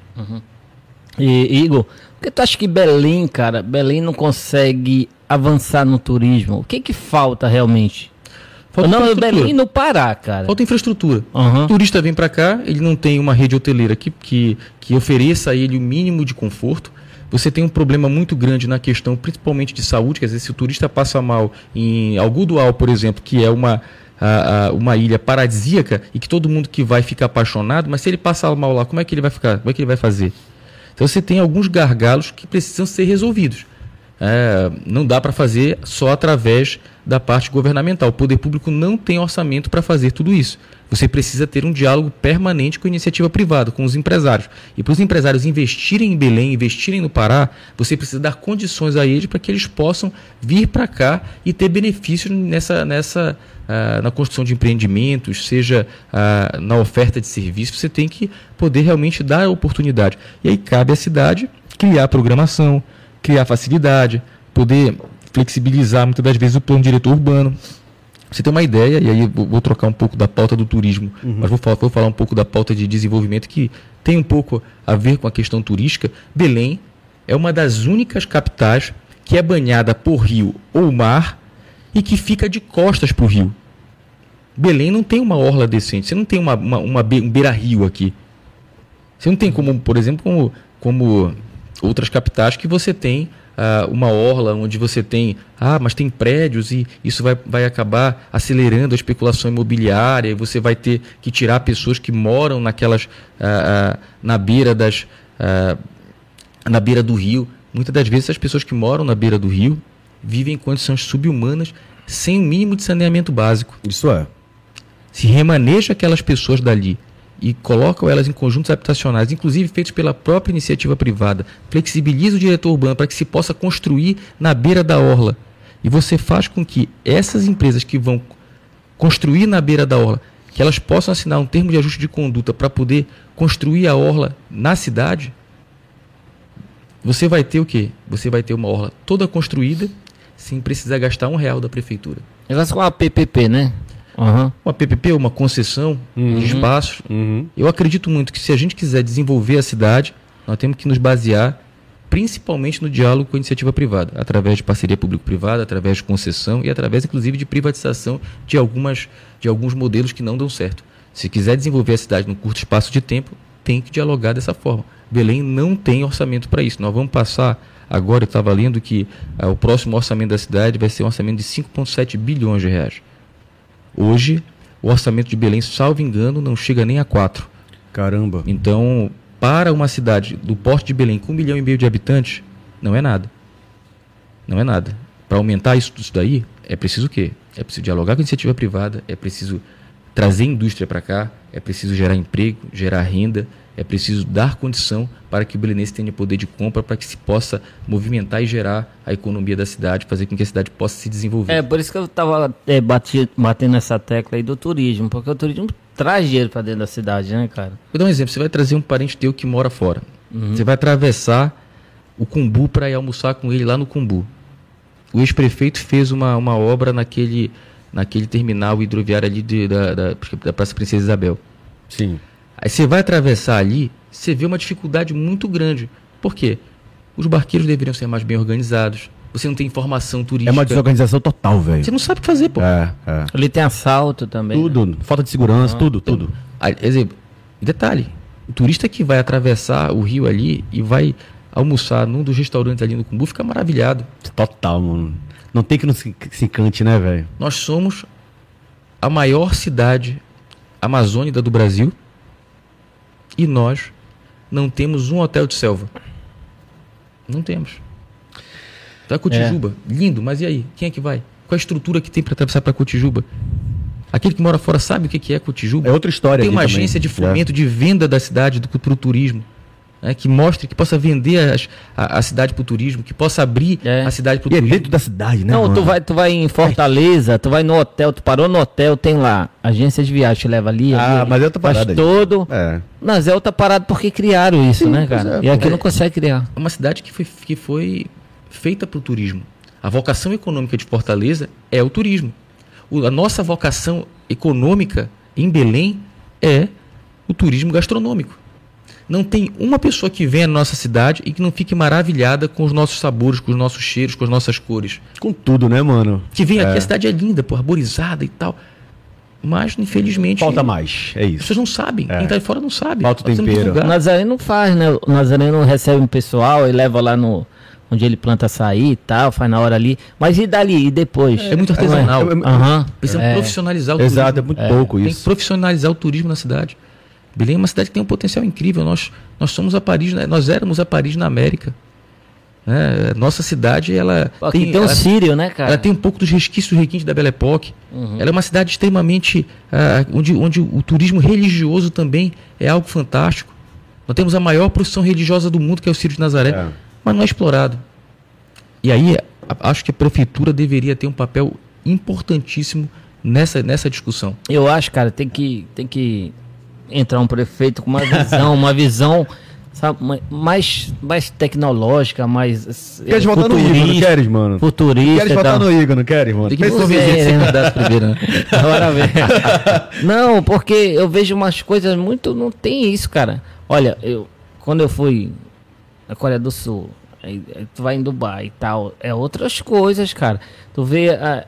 E, Igor, por que tu acha que Belém, cara, Belém não consegue avançar no turismo? O que que falta realmente? Falta não, infraestrutura. Belém no Pará, cara. Falta infraestrutura. Aham. O turista vem para cá, ele não tem uma rede hoteleira que, que, que ofereça a ele o mínimo de conforto. Você tem um problema muito grande na questão, principalmente de saúde, quer dizer, se o turista passa mal em Algodoal, por exemplo, que é uma, a, a, uma ilha paradisíaca e que todo mundo que vai fica apaixonado, mas se ele passar mal lá, como é que ele vai ficar? Como é que ele vai fazer? Então você tem alguns gargalos que precisam ser resolvidos. É, não dá para fazer só através da parte governamental. O poder público não tem orçamento para fazer tudo isso. Você precisa ter um diálogo permanente com a iniciativa privada, com os empresários. E para os empresários investirem em Belém, investirem no Pará, você precisa dar condições a eles para que eles possam vir para cá e ter benefícios nessa, nessa, uh, na construção de empreendimentos, seja uh, na oferta de serviços. Você tem que poder realmente dar a oportunidade. E aí cabe à cidade criar programação, criar facilidade, poder flexibilizar muitas das vezes o plano diretor urbano, Você tem uma ideia, e aí vou, vou trocar um pouco da pauta do turismo, uhum. mas vou falar, vou falar um pouco da pauta de desenvolvimento que tem um pouco a ver com a questão turística. Belém é uma das únicas capitais que é banhada por rio ou mar e que fica de costas para o rio. Belém não tem uma orla decente, você não tem uma, uma, uma be, um beira-rio aqui. Você não tem como, por exemplo, como, como outras capitais que você tem Uh, uma orla onde você tem, ah, mas tem prédios e isso vai, vai acabar acelerando a especulação imobiliária e você vai ter que tirar pessoas que moram naquelas, uh, uh, na beira das, uh, na beira do rio. Muitas das vezes as pessoas que moram na beira do rio vivem em condições subhumanas sem o mínimo de saneamento básico. Isso é. Se remaneja aquelas pessoas dali e colocam elas em conjuntos habitacionais, inclusive feitos pela própria iniciativa privada, flexibiliza o diretor urbano para que se possa construir na beira da orla. E você faz com que essas empresas que vão construir na beira da orla, que elas possam assinar um termo de ajuste de conduta para poder construir a orla na cidade, você vai ter o quê? Você vai ter uma orla toda construída sem precisar gastar um real da prefeitura. Negócio com a P P P, né? Uhum. Uma P P P, uma concessão uhum. de espaços. Uhum. Eu acredito muito que se a gente quiser desenvolver a cidade, nós temos que nos basear principalmente no diálogo com a iniciativa privada, através de parceria público-privada, através de concessão e através, inclusive, de privatização de, algumas, de alguns modelos que não dão certo. Se quiser desenvolver a cidade num curto espaço de tempo, tem que dialogar dessa forma. Belém não tem orçamento para isso. Nós vamos passar, agora eu estava lendo que ah, o próximo orçamento da cidade vai ser um orçamento de cinco vírgula sete bilhões de reais. Hoje, o orçamento de Belém, salvo engano, não chega nem a quatro. Caramba. Então, para uma cidade do porte de Belém com um milhão e meio de habitantes, não é nada. Não é nada. Para aumentar isso, isso daí, é preciso o quê? É preciso dialogar com a iniciativa privada, é preciso trazer indústria para cá, é preciso gerar emprego, gerar renda, é preciso dar condição para que o belenense tenha poder de compra, para que se possa movimentar e gerar a economia da cidade, fazer com que a cidade possa se desenvolver. É, por isso que eu estava é, batendo essa tecla aí do turismo, porque o turismo traz dinheiro para dentro da cidade, né, cara? Vou dar um exemplo, você vai trazer um parente teu que mora fora, uhum. você vai atravessar o Cumbu para ir almoçar com ele lá no Cumbu. O ex-prefeito fez uma, uma obra naquele, naquele terminal hidroviário ali de, da, da, da Praça Princesa Isabel. Sim. Aí você vai atravessar ali, você vê uma dificuldade muito grande. Por quê? Os barqueiros deveriam ser mais bem organizados. Você não tem informação turística. É uma desorganização total, velho. Você não sabe o que fazer, pô. É, é. Ali tem assalto também. Tudo, né? Falta de segurança, ah, tudo, então, tudo. Aí, exemplo, detalhe, o turista que vai atravessar o rio ali e vai almoçar num dos restaurantes ali no Cumbu fica maravilhado. Total, mano. Não tem que não se, se encante, né, velho? Nós somos a maior cidade amazônica do Brasil. E nós não temos um hotel de selva. Não temos. Vai Cotijuba, é. lindo, mas e aí? Quem é que vai? Qual a estrutura que tem para atravessar para Cotijuba? Aquele que mora fora sabe o que é Cotijuba? É outra história. Tem uma também. agência de fomento, é. de venda da cidade para o turismo. Né, que mostre, que possa vender as, a, a cidade para o turismo, que possa abrir é. a cidade para o turismo. E é dentro da cidade, né? Não, mano? tu vai, tu vai em Fortaleza, tu vai no hotel, tu parou no hotel, tem lá, agência de viagem te leva ali. Ah, ali, mas é outra parada. Faz todo. É. Mas é outra parada porque criaram isso, Sim, né, cara? É, e aqui é, não consegue criar. É uma cidade que foi, que foi feita para o turismo. A vocação econômica de Fortaleza é o turismo. O, a nossa vocação econômica em Belém é o turismo gastronômico. Não tem uma pessoa que venha na nossa cidade e que não fique maravilhada com os nossos sabores, com os nossos cheiros, com as nossas cores. Com tudo, né, mano? Que vem é. aqui, a cidade é linda, pô, arborizada e tal. Mas, infelizmente... Falta mais, é isso. As pessoas não sabem. É. Quem está de fora não sabe. Falta o tempero. O Nazareno não faz, né? O Nazareno recebe um pessoal e leva lá no... onde ele planta açaí e tal, faz na hora ali. Mas e dali? E depois? É, é muito artesanal. É, é, uhum. Precisamos é. profissionalizar o Exato, turismo. Exato, é muito pouco isso. Tem que profissionalizar o turismo na cidade. Belém é uma cidade que tem um potencial incrível. Nós, nós somos a Paris, nós éramos a Paris na América. É, nossa cidade, ela Pô, tem, tem um ela, Sírio, né, cara? Ela tem um pouco dos resquícios requintes da Belle Époque. Uhum. Ela é uma cidade extremamente uh, onde, onde o turismo religioso também é algo fantástico. Nós temos a maior procissão religiosa do mundo, que é o Círio de Nazaré, é. mas não é explorado. E aí, acho que a prefeitura deveria ter um papel importantíssimo nessa, nessa discussão. Eu acho, cara, tem que, tem que entrar um prefeito com uma visão, uma visão sabe, mais, mais tecnológica, mais Queres voltar no Igor, não queres, mano? Futurista. Queres voltar no Igor, não queres, mano? Tem que convencer de ser primeiro, né? Bora ver. Não, porque eu vejo umas coisas muito... Não tem isso, cara. Olha, eu, quando eu fui na Coreia do Sul, aí, aí tu vai em Dubai e tal, é outras coisas, cara. Tu vê... A,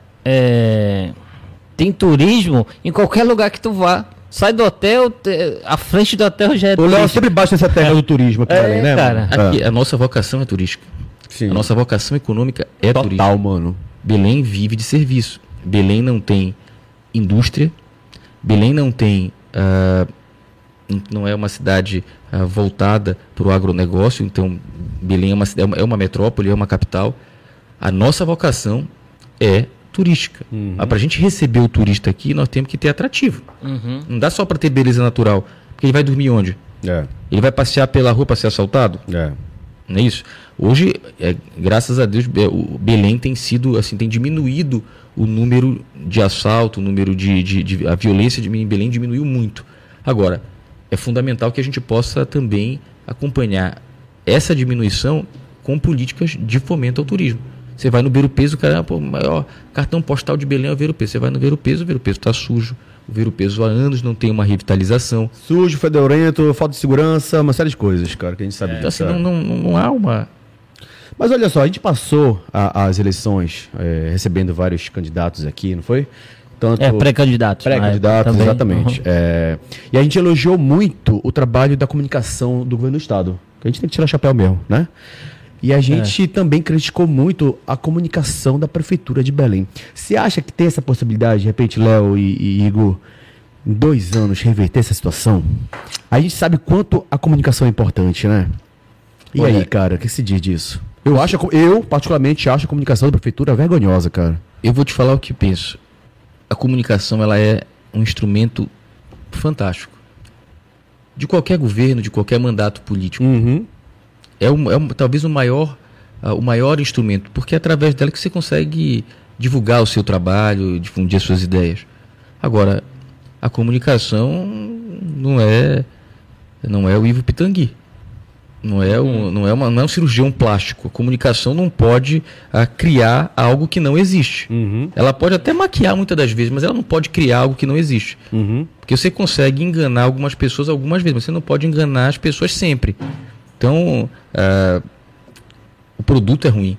é, tem turismo em qualquer lugar que tu vá. Sai do hotel, te, a frente do hotel já é turístico. O Léo sempre bate nessa terra do turismo aqui, é, também, né, cara? Aqui, a nossa vocação é turística. Sim. A nossa vocação econômica é total, turística. mano. Belém vive de serviço. Belém não tem indústria. Belém não tem... Uh, não é uma cidade uh, voltada para o agronegócio. Então, Belém é uma, é uma metrópole, é uma capital. A nossa vocação é turística. Uhum. Para a gente receber o turista aqui, nós temos que ter atrativo. Uhum. Não dá só para ter beleza natural. Porque ele vai dormir onde? É. Ele vai passear pela rua para ser assaltado? É. Não é isso? Hoje, é, graças a Deus, é, o Belém tem sido, assim, tem diminuído o número de assalto, o número de, de, de a violência de, em Belém diminuiu muito. Agora, é fundamental que a gente possa também acompanhar essa diminuição com políticas de fomento ao turismo. Você vai no Ver o Peso, cara, pô, maior cartão postal de Belém é o Ver o Peso. Você vai no Ver o Peso, o Ver o Peso está sujo. O Ver o Peso há anos não tem uma revitalização. Sujo, fedorento, falta de segurança, uma série de coisas, cara, que a gente sabe. É, então, assim, não, não, não há uma... Mas olha só, a gente passou a, as eleições é, recebendo vários candidatos aqui, não foi? Tanto é, pré-candidatos. Pré-candidatos, ah, exatamente. Uhum. É, e a gente elogiou muito o trabalho da comunicação do governo do Estado. Que a gente tem que tirar o chapéu mesmo, né? E a gente é. também criticou muito a comunicação da Prefeitura de Belém. Você acha que tem essa possibilidade, de repente, Léo e, e Igor, em dois anos, reverter essa situação? A gente sabe quanto a comunicação é importante, né? E Olha, aí, cara, o que se diz disso? Eu, acho, eu, particularmente, acho a comunicação da Prefeitura vergonhosa, cara. Eu vou te falar o que penso. A comunicação, ela é um instrumento fantástico. De qualquer governo, de qualquer mandato político. Uhum. É, um, é um, talvez o maior, uh, o maior instrumento, porque é através dela que você consegue divulgar o seu trabalho, difundir as suas ideias. Agora, a comunicação não é, não é o Ivo Pitangui. Não é, um, não, é uma, não é um cirurgião plástico. A comunicação não pode uh, criar algo que não existe. Uhum. Ela pode até maquiar muitas das vezes, mas ela não pode criar algo que não existe. Uhum. Porque você consegue enganar algumas pessoas algumas vezes, mas você não pode enganar as pessoas sempre. Então, uh, o produto é ruim.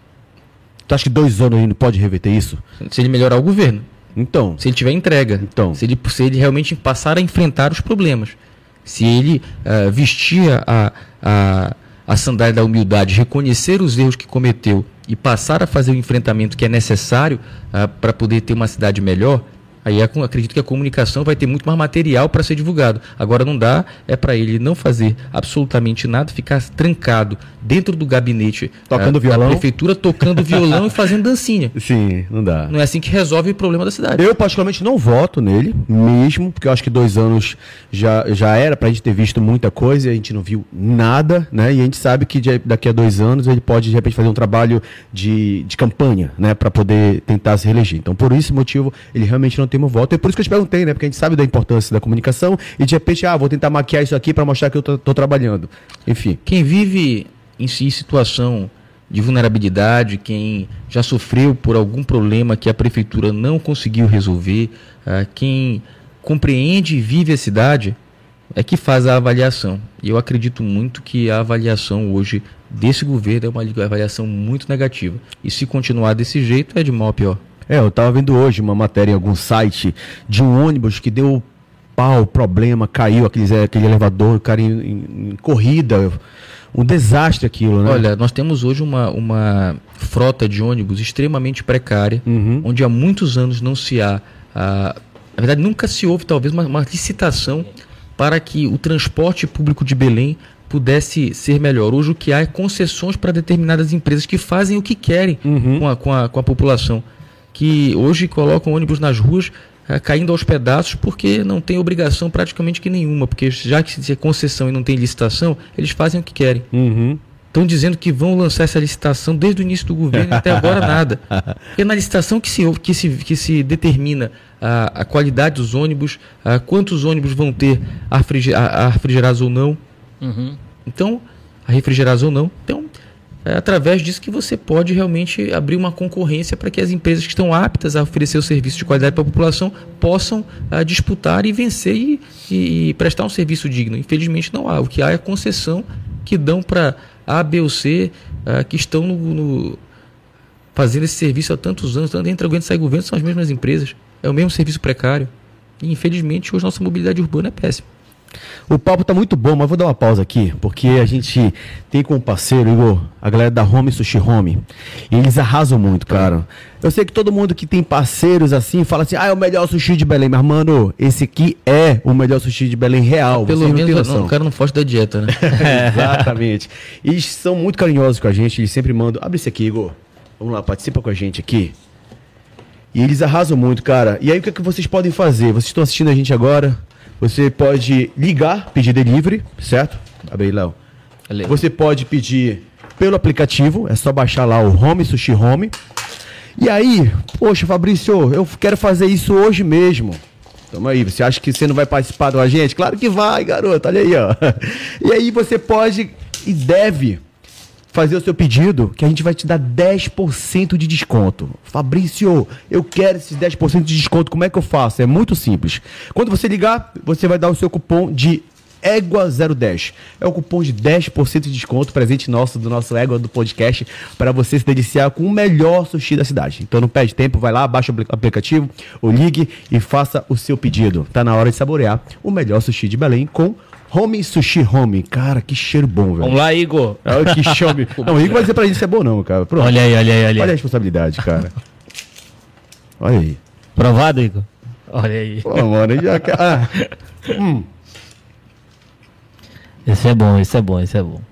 Tu acha que dois anos ainda pode reverter isso? Se ele melhorar o governo. Então. Se ele tiver entrega. Então. Se ele, se ele realmente passar a enfrentar os problemas. Se ele uh, vestir a, a, a sandália da humildade, reconhecer os erros que cometeu e passar a fazer o enfrentamento que é necessário uh, para poder ter uma cidade melhor, aí eu acredito que a comunicação vai ter muito mais material para ser divulgado. Agora não dá, é para ele não fazer absolutamente nada, ficar trancado dentro do gabinete tocando uh, violão. da prefeitura, tocando violão e fazendo dancinha. Sim, não dá. Não é assim que resolve o problema da cidade. Eu particularmente não voto nele, mesmo, porque eu acho que dois anos já, já era pra gente ter visto muita coisa e a gente não viu nada, né? E a gente sabe que de, daqui a dois anos ele pode, de repente, fazer um trabalho de, de campanha, né? Pra poder tentar se reeleger. Então, por esse motivo, ele realmente não tem meu voto. E por isso que eu te perguntei, né? Porque a gente sabe da importância da comunicação e, de repente, ah, vou tentar maquiar isso aqui pra mostrar que eu tô, tô trabalhando. Enfim. Quem vive em si situação de vulnerabilidade, quem já sofreu por algum problema que a prefeitura não conseguiu resolver, uh, quem compreende e vive a cidade, é que faz a avaliação. E eu acredito muito que a avaliação hoje desse governo é uma avaliação muito negativa. E se continuar desse jeito, é de mal a pior. É, eu estava vendo hoje uma matéria em algum site de um ônibus que deu pau, problema, caiu aquele, aquele elevador, cara, em, em, em corrida. Um desastre aquilo, né? Olha, nós temos hoje uma, uma frota de ônibus extremamente precária, uhum. onde há muitos anos não se há, a, na verdade nunca se houve talvez uma, uma licitação para que o transporte público de Belém pudesse ser melhor. Hoje o que há é concessões para determinadas empresas que fazem o que querem uhum. com, a, com, a, com a população, que hoje colocam ônibus nas ruas uh, caindo aos pedaços porque não tem obrigação praticamente que nenhuma, porque já que se é concessão e não tem licitação, eles fazem o que querem. Uhum. Estão dizendo que vão lançar essa licitação desde o início do governo e até agora nada. Porque é na licitação que se, que se, que se determina a, a qualidade dos ônibus, a, quantos ônibus vão ter ar refrigerados ou não. Uhum. Então, a refrigerados ou não. Então, é através disso que você pode realmente abrir uma concorrência para que as empresas que estão aptas a oferecer o serviço de qualidade para a população possam uh, disputar e vencer e, e, e prestar um serviço digno. Infelizmente não há. O que há é concessão que dão para A, B ou C, uh, que estão no, no, fazendo esse serviço há tantos anos. Tanto entra governo e sai governo, são as mesmas empresas. É o mesmo serviço precário. E infelizmente hoje nossa mobilidade urbana é péssima. O papo tá muito bom, mas vou dar uma pausa aqui, porque a gente tem como parceiro, Igor, a galera da Home Sushi Home. E eles arrasam muito, cara. Eu sei que todo mundo que tem parceiros assim, fala assim, ah, é o melhor sushi de Belém. Mas, mano, esse aqui é o melhor sushi de Belém real. Pelo menos não, o cara não foge da dieta, né? Exatamente. Eles são muito carinhosos com a gente, eles sempre mandam... Abre esse aqui, Igor. Vamos lá, participa com a gente aqui. E eles arrasam muito, cara. E aí, o que, é que vocês podem fazer? Vocês estão assistindo a gente agora... Você pode ligar, pedir delivery, certo? Abre aí, Léo. Você pode pedir pelo aplicativo, é só baixar lá o Home Sushi Home. E aí, poxa, Fabrício, eu quero fazer isso hoje mesmo. Toma aí, você acha que você não vai participar com a gente? Claro que vai, garoto, olha aí, ó. E aí você pode e deve fazer o seu pedido, que a gente vai te dar dez por cento de desconto. Fabrício, eu quero esses dez por cento de desconto, como é que eu faço? É muito simples. Quando você ligar, você vai dar o seu cupom de Égua zero dez. É o cupom de dez por cento de desconto, presente nosso, do nosso Égua do podcast, para você se deliciar com o melhor sushi da cidade. Então não perde tempo, vai lá, baixa o aplicativo, ou ligue e faça o seu pedido. Tá na hora de saborear o melhor sushi de Belém com Home Sushi Home. Cara, que cheiro bom, velho. Vamos lá, Igor. Ah, que chame. Não, o Igor vai dizer pra gente se é bom não, cara. Pronto. Olha aí, olha aí, olha aí. Olha a responsabilidade, cara. Olha aí. Provado, Igor? Olha aí. Pô, mano, ele já quer... Ah. Hum. Esse é bom, esse é bom, esse é bom.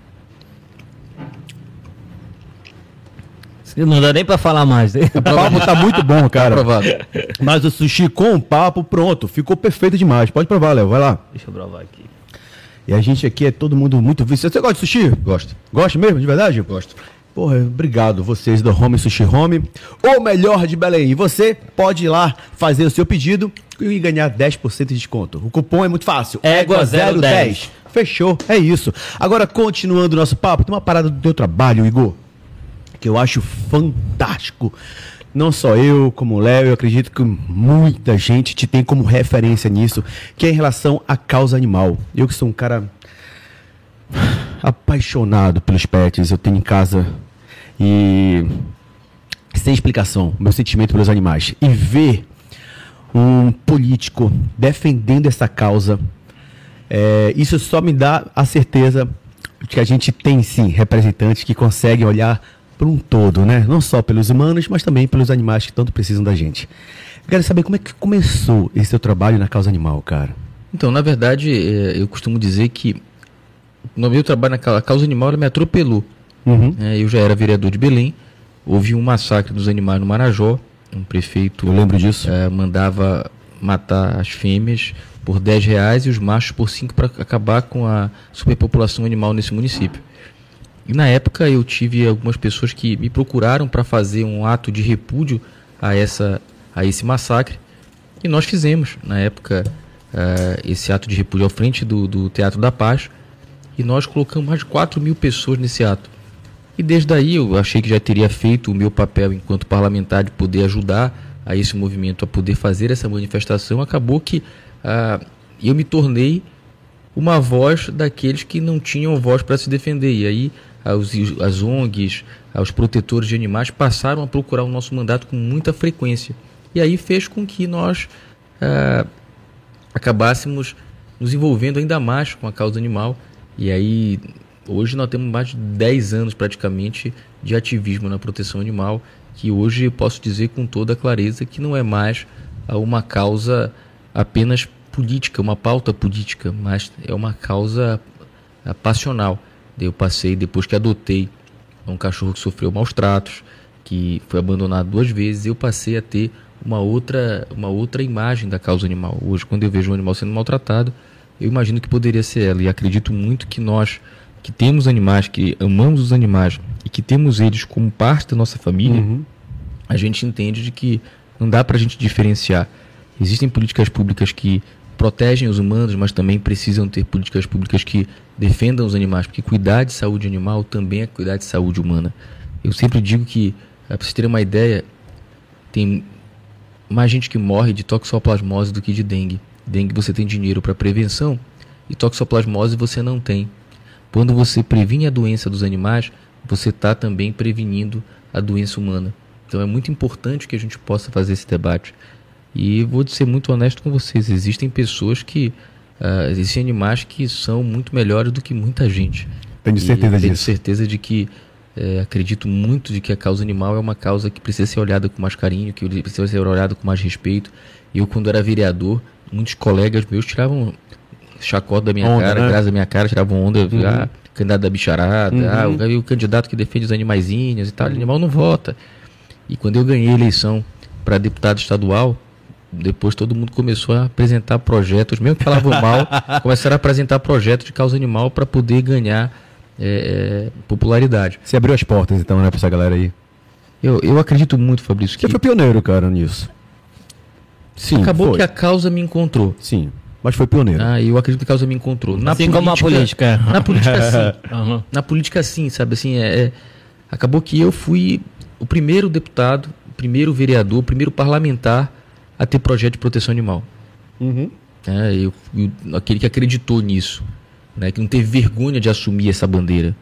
Não dá nem pra falar mais. Hein? O papo tá muito bom, cara. Aprovado. Mas o sushi com o papo, pronto. Ficou perfeito demais. Pode provar, Léo. Vai lá. Deixa eu provar aqui. E a gente aqui é todo mundo muito viciado. Você gosta de sushi? Gosto. Gosta mesmo, de verdade? Gosto. Porra, obrigado vocês do Home Sushi Home, o melhor de Belém. E você pode ir lá fazer o seu pedido e ganhar dez por cento de desconto. O cupom é muito fácil. Égua zero dez. Fechou, é isso. Agora, continuando o nosso papo, tem uma parada do teu trabalho, Igor, que eu acho fantástico. Não só eu, como o Léo, eu acredito que muita gente te tem como referência nisso, que é em relação à causa animal. Eu que sou um cara apaixonado pelos pets, eu tenho em casa e sem explicação o meu sentimento pelos animais. E ver um político defendendo essa causa, é, isso só me dá a certeza de que a gente tem sim representantes que conseguem olhar por um todo, né? Não só pelos humanos, mas também pelos animais que tanto precisam da gente. Eu quero saber como é que começou esse seu trabalho na causa animal, cara. Então, na verdade, eu costumo dizer que no meu trabalho na causa animal, ela me atropelou. Uhum. Eu já era vereador de Belém, houve um massacre dos animais no Marajó, um prefeito... Eu lembro disso. É, mandava matar as fêmeas por dez reais e os machos por cinco para acabar com a superpopulação animal nesse município. E na época eu tive algumas pessoas que me procuraram para fazer um ato de repúdio a, essa, a esse massacre. E nós fizemos, na época, uh, esse ato de repúdio ao frente do, do Teatro da Paz. E nós colocamos mais de quatro mil pessoas nesse ato. E desde aí eu achei que já teria feito o meu papel enquanto parlamentar de poder ajudar a esse movimento a poder fazer essa manifestação. Acabou que uh, eu me tornei uma voz daqueles que não tinham voz para se defender. E aí As, as O N Gs, os protetores de animais passaram a procurar o nosso mandato com muita frequência. E aí fez com que nós ah, acabássemos nos envolvendo ainda mais com a causa animal. E aí hoje nós temos mais de dez anos praticamente de ativismo na proteção animal, que hoje eu posso dizer com toda clareza que não é mais uma causa apenas política, uma pauta política, mas é uma causa ah, passional. Eu passei, depois que adotei um cachorro que sofreu maus tratos, que foi abandonado duas vezes, eu passei a ter uma outra, uma outra imagem da causa animal. Hoje, quando eu vejo um animal sendo maltratado, eu imagino que poderia ser ela. E acredito muito que nós, que temos animais, que amamos os animais e que temos eles como parte da nossa família, uhum. a gente entende de que não dá para a gente diferenciar. Existem políticas públicas que protegem os humanos, mas também precisam ter políticas públicas que defendam os animais, porque cuidar de saúde animal também é cuidar de saúde humana. Eu sempre digo que, para vocês terem uma ideia, tem mais gente que morre de toxoplasmose do que de dengue. Dengue você tem dinheiro para prevenção e toxoplasmose você não tem. Quando você previne a doença dos animais, você está também prevenindo a doença humana. Então é muito importante que a gente possa fazer esse debate. E vou ser muito honesto com vocês, existem pessoas que, uh, existem animais que são muito melhores do que muita gente. Tenho certeza disso. Tenho certeza de que, é, acredito muito de que a causa animal é uma causa que precisa ser olhada com mais carinho, que precisa ser olhada com mais respeito. Eu, quando era vereador, muitos colegas meus tiravam chacota da minha onda, cara, né? Graça da minha cara, tiravam onda, uhum. ah, candidato da bicharada, uhum. ah, o, o candidato que defende os animaizinhos e tal, uhum. o animal não vota. E quando eu ganhei a eleição para deputado estadual, depois todo mundo começou a apresentar projetos, mesmo que falavam mal, começaram a apresentar projetos de causa animal para poder ganhar é, é, popularidade. Você abriu as portas então, né, para essa galera aí? Eu, eu acredito muito, Fabrício. Você que... foi pioneiro, cara, nisso. Sim, acabou foi. que a causa me encontrou. Sim, mas foi pioneiro. Ah, eu acredito que a causa me encontrou. Na assim política, como a política. Na política, sim. Uhum. Na política, sim, sabe? Assim, é, é, acabou que eu fui o primeiro deputado, o primeiro vereador, o primeiro parlamentar a ter projeto de proteção animal. Uhum. É, eu, eu, aquele que acreditou nisso, né, que não teve vergonha de assumir essa bandeira.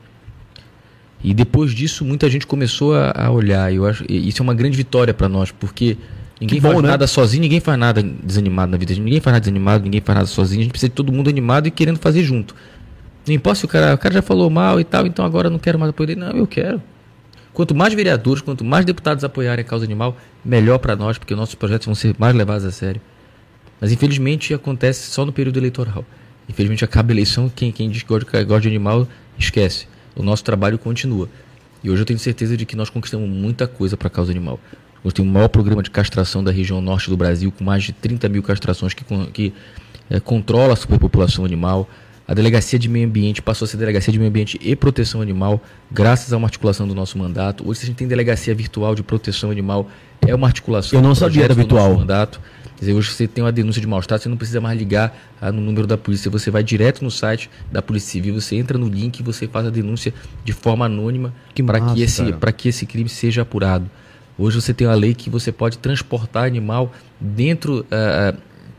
E depois disso, muita gente começou a, a olhar. Eu acho, isso é uma grande vitória para nós, porque ninguém bom, faz né? nada sozinho, ninguém faz nada desanimado na vida. Ninguém faz nada desanimado, ninguém faz nada sozinho. A gente precisa de todo mundo animado e querendo fazer junto. Não importa se o cara, o cara já falou mal e tal, então agora eu não quero mais apoiar ele. Não, eu quero. Quanto mais vereadores, quanto mais deputados apoiarem a causa animal, melhor para nós, porque nossos projetos vão ser mais levados a sério. Mas infelizmente acontece só no período eleitoral. Infelizmente acaba a eleição, quem, quem diz que gosta, gosta de animal, esquece. O nosso trabalho continua. E hoje eu tenho certeza de que nós conquistamos muita coisa para a causa animal. Nós temos o maior programa de castração da região norte do Brasil, com mais de trinta mil castrações que, que é, controla a superpopulação animal. A Delegacia de Meio Ambiente passou a ser Delegacia de Meio Ambiente e Proteção Animal, graças a uma articulação do nosso mandato. Hoje a gente tem Delegacia Virtual de Proteção Animal, é uma articulação Eu não sabia, era virtual. Do nosso mandato. Quer dizer, hoje você tem uma denúncia de maus-tratos, você não precisa mais ligar ah, no número da polícia, você vai direto no site da Polícia Civil, você entra no link e você faz a denúncia de forma anônima para que, esse, para que esse crime seja apurado. Hoje você tem uma lei que você pode transportar animal dentro... Uh,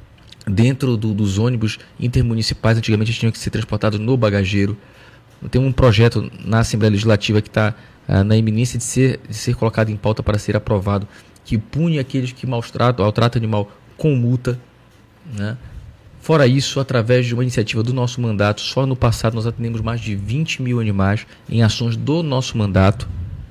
dentro do, dos ônibus intermunicipais. Antigamente eles tinham que ser transportados no bagageiro. Tem um projeto na Assembleia Legislativa que está ah, na iminência de ser, de ser colocado em pauta para ser aprovado, que pune aqueles que maltratam, maltratam animal com multa, né? Fora isso, através de uma iniciativa do nosso mandato, só no passado nós atendemos mais de vinte mil animais em ações do nosso mandato,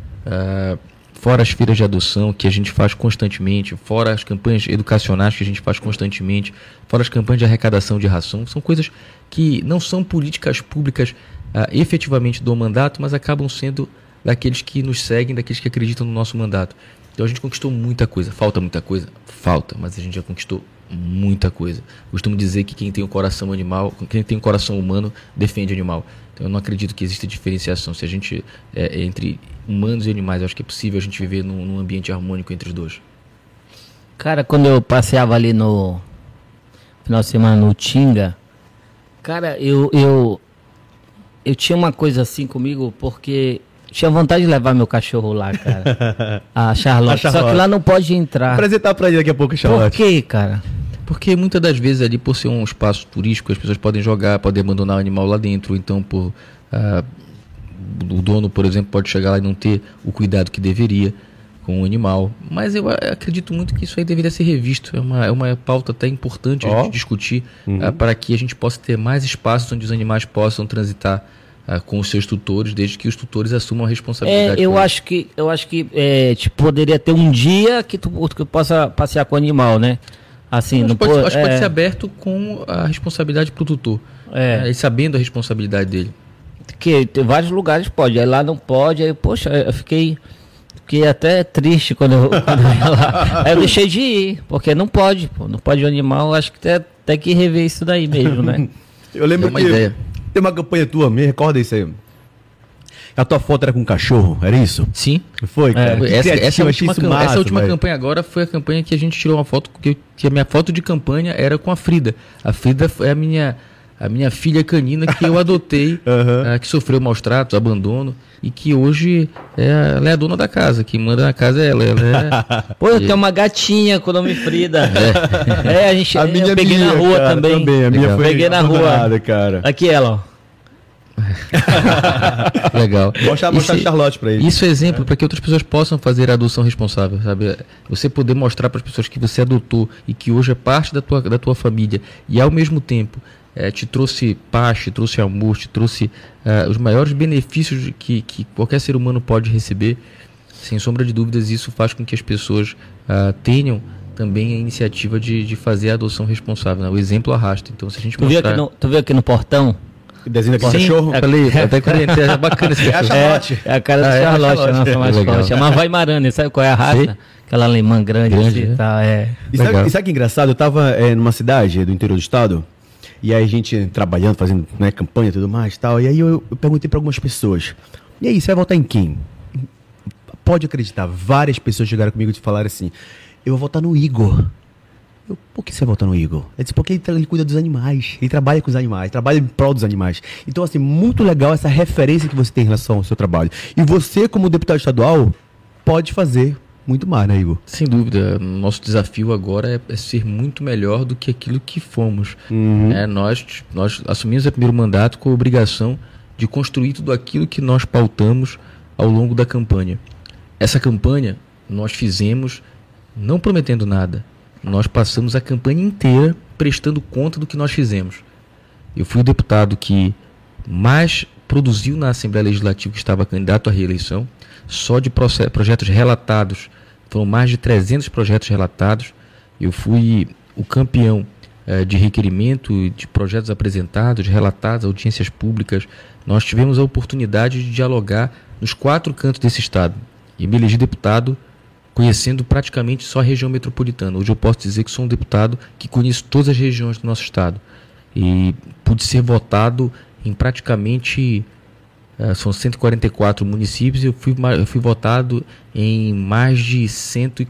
ah, fora as feiras de adoção que a gente faz constantemente, fora as campanhas educacionais que a gente faz constantemente, fora as campanhas de arrecadação de ração. São coisas que não são políticas públicas ah, efetivamente do mandato, mas acabam sendo daqueles que nos seguem, daqueles que acreditam no nosso mandato. Então a gente conquistou muita coisa. Falta muita coisa? Falta, mas a gente já conquistou muita coisa. Costumo dizer que quem tem o coração animal, quem tem o coração humano, defende animal. Então eu não acredito que exista diferenciação. Se a gente, é, entre humanos e animais, eu acho que é possível a gente viver num, num ambiente harmônico entre os dois. Cara, quando eu passeava ali no final de semana no Tinga, cara, eu, eu, eu tinha uma coisa assim comigo, porque tinha vontade de levar meu cachorro lá, cara. A Charlotte. A Charlotte. Só que lá não pode entrar. Vou apresentar pra ele daqui a pouco, Charlotte. Por quê, cara? Porque muitas das vezes ali, por ser um espaço turístico, as pessoas podem jogar, podem abandonar o animal lá dentro. Então, por, ah, o dono, por exemplo, pode chegar lá e não ter o cuidado que deveria com o animal. Mas eu acredito muito que isso aí deveria ser revisto. É uma, é uma pauta até importante oh. a gente discutir, uhum. ah, para que a gente possa ter mais espaços onde os animais possam transitar ah, com os seus tutores, desde que os tutores assumam a responsabilidade. É, eu, acho que, eu acho que é, tipo, poderia ter um dia que tu, tu possa passear com o animal, né? Assim, não pode, pode, acho que é... pode ser aberto com a responsabilidade para o tutor, é. É, sabendo a responsabilidade dele. Porque tem vários lugares pode, aí lá não pode, aí, poxa, eu fiquei, fiquei até triste quando eu, quando eu ia lá. Aí eu deixei de ir, porque não pode, pô, não pode o animal, acho que tem, tem que rever isso daí mesmo, né? Eu lembro é uma que ideia. Tem uma campanha tua, me recorda isso aí, A tua foto era com um cachorro, era isso? Sim. Foi, cara. É, essa, essa última, isso cam- massa, essa última velho. campanha agora foi a campanha que a gente tirou uma foto, que, eu, que a minha foto de campanha era com a Frida. A Frida é a minha, a minha filha canina que eu adotei, Uhum. ah, que sofreu maus tratos, abandono, e que hoje é, ela é a dona da casa, quem manda na casa é ela. ela é... Pô, eu tenho uma gatinha com o nome Frida. É, a gente, A eu minha peguei minha, na rua cara, também. A minha Legal. foi Peguei na rua. abandonada, cara. Aqui ela, ó. Legal. Mostrar, mostrar Isso- Charlotte pra ele. Isso é exemplo para que outras pessoas possam fazer a adoção responsável, sabe? Você poder mostrar para as pessoas que você adotou e que hoje é parte da tua, da tua família e ao mesmo tempo eh, te trouxe paz, te trouxe amor, te trouxe eh, os maiores benefícios de que, que qualquer ser humano pode receber. Sem sombra de dúvidas, isso faz com que as pessoas ah, tenham também a iniciativa de, de fazer a adoção responsável, né? O exemplo arrasta. Então, se a gente Tu viu, mostrar... aqui no, tu viu aqui no portão? Desenho daquele Sim, cachorro. eu falei, até quando eu entrei, é bacana esse É a cachorro. Charlotte. É a cara do Ah, é a Charlotte, Charlotte. a nossa É, mascote. legal. Chama Weimaraner, sabe qual é a raça? Sei. Aquela alemã grande, Grande, assim, né? tá, é. E sabe, Legal. e sabe que engraçado? Eu tava é, numa cidade do interior do estado, e aí a gente trabalhando, fazendo né, campanha e tudo mais e tal, e aí eu, eu perguntei pra algumas pessoas, e aí, você vai votar em quem? Pode acreditar, várias pessoas chegaram comigo e falaram assim, eu vou votar no Igor. Eu, por que você vai votar no Igor? Ele disse, porque ele, tra- ele cuida dos animais, ele trabalha com os animais, trabalha em prol dos animais. Então, assim, muito legal essa referência que você tem em relação ao seu trabalho. E você, como deputado estadual, pode fazer muito mais, né, Igor? Sem dúvida, nosso desafio agora é, é ser muito melhor do que aquilo que fomos. Uhum. É, nós, nós assumimos o primeiro mandato com a obrigação de construir tudo aquilo que nós pautamos ao longo da campanha. Essa campanha nós fizemos não prometendo nada. Nós passamos a campanha inteira prestando conta do que nós fizemos. Eu fui o deputado que mais produziu na Assembleia Legislativa que estava candidato à reeleição. Só de proce- projetos relatados, foram mais de trezentos projetos relatados. Eu fui o campeão eh, de requerimento, de projetos apresentados, relatados, audiências públicas. Nós tivemos a oportunidade de dialogar nos quatro cantos desse estado. E me elegi deputado conhecendo praticamente só a região metropolitana. Hoje eu posso dizer que sou um deputado que conheço todas as regiões do nosso estado. E pude ser votado em praticamente... Uh, são cento e quarenta e quatro municípios e eu fui, ma- eu fui votado em mais de cento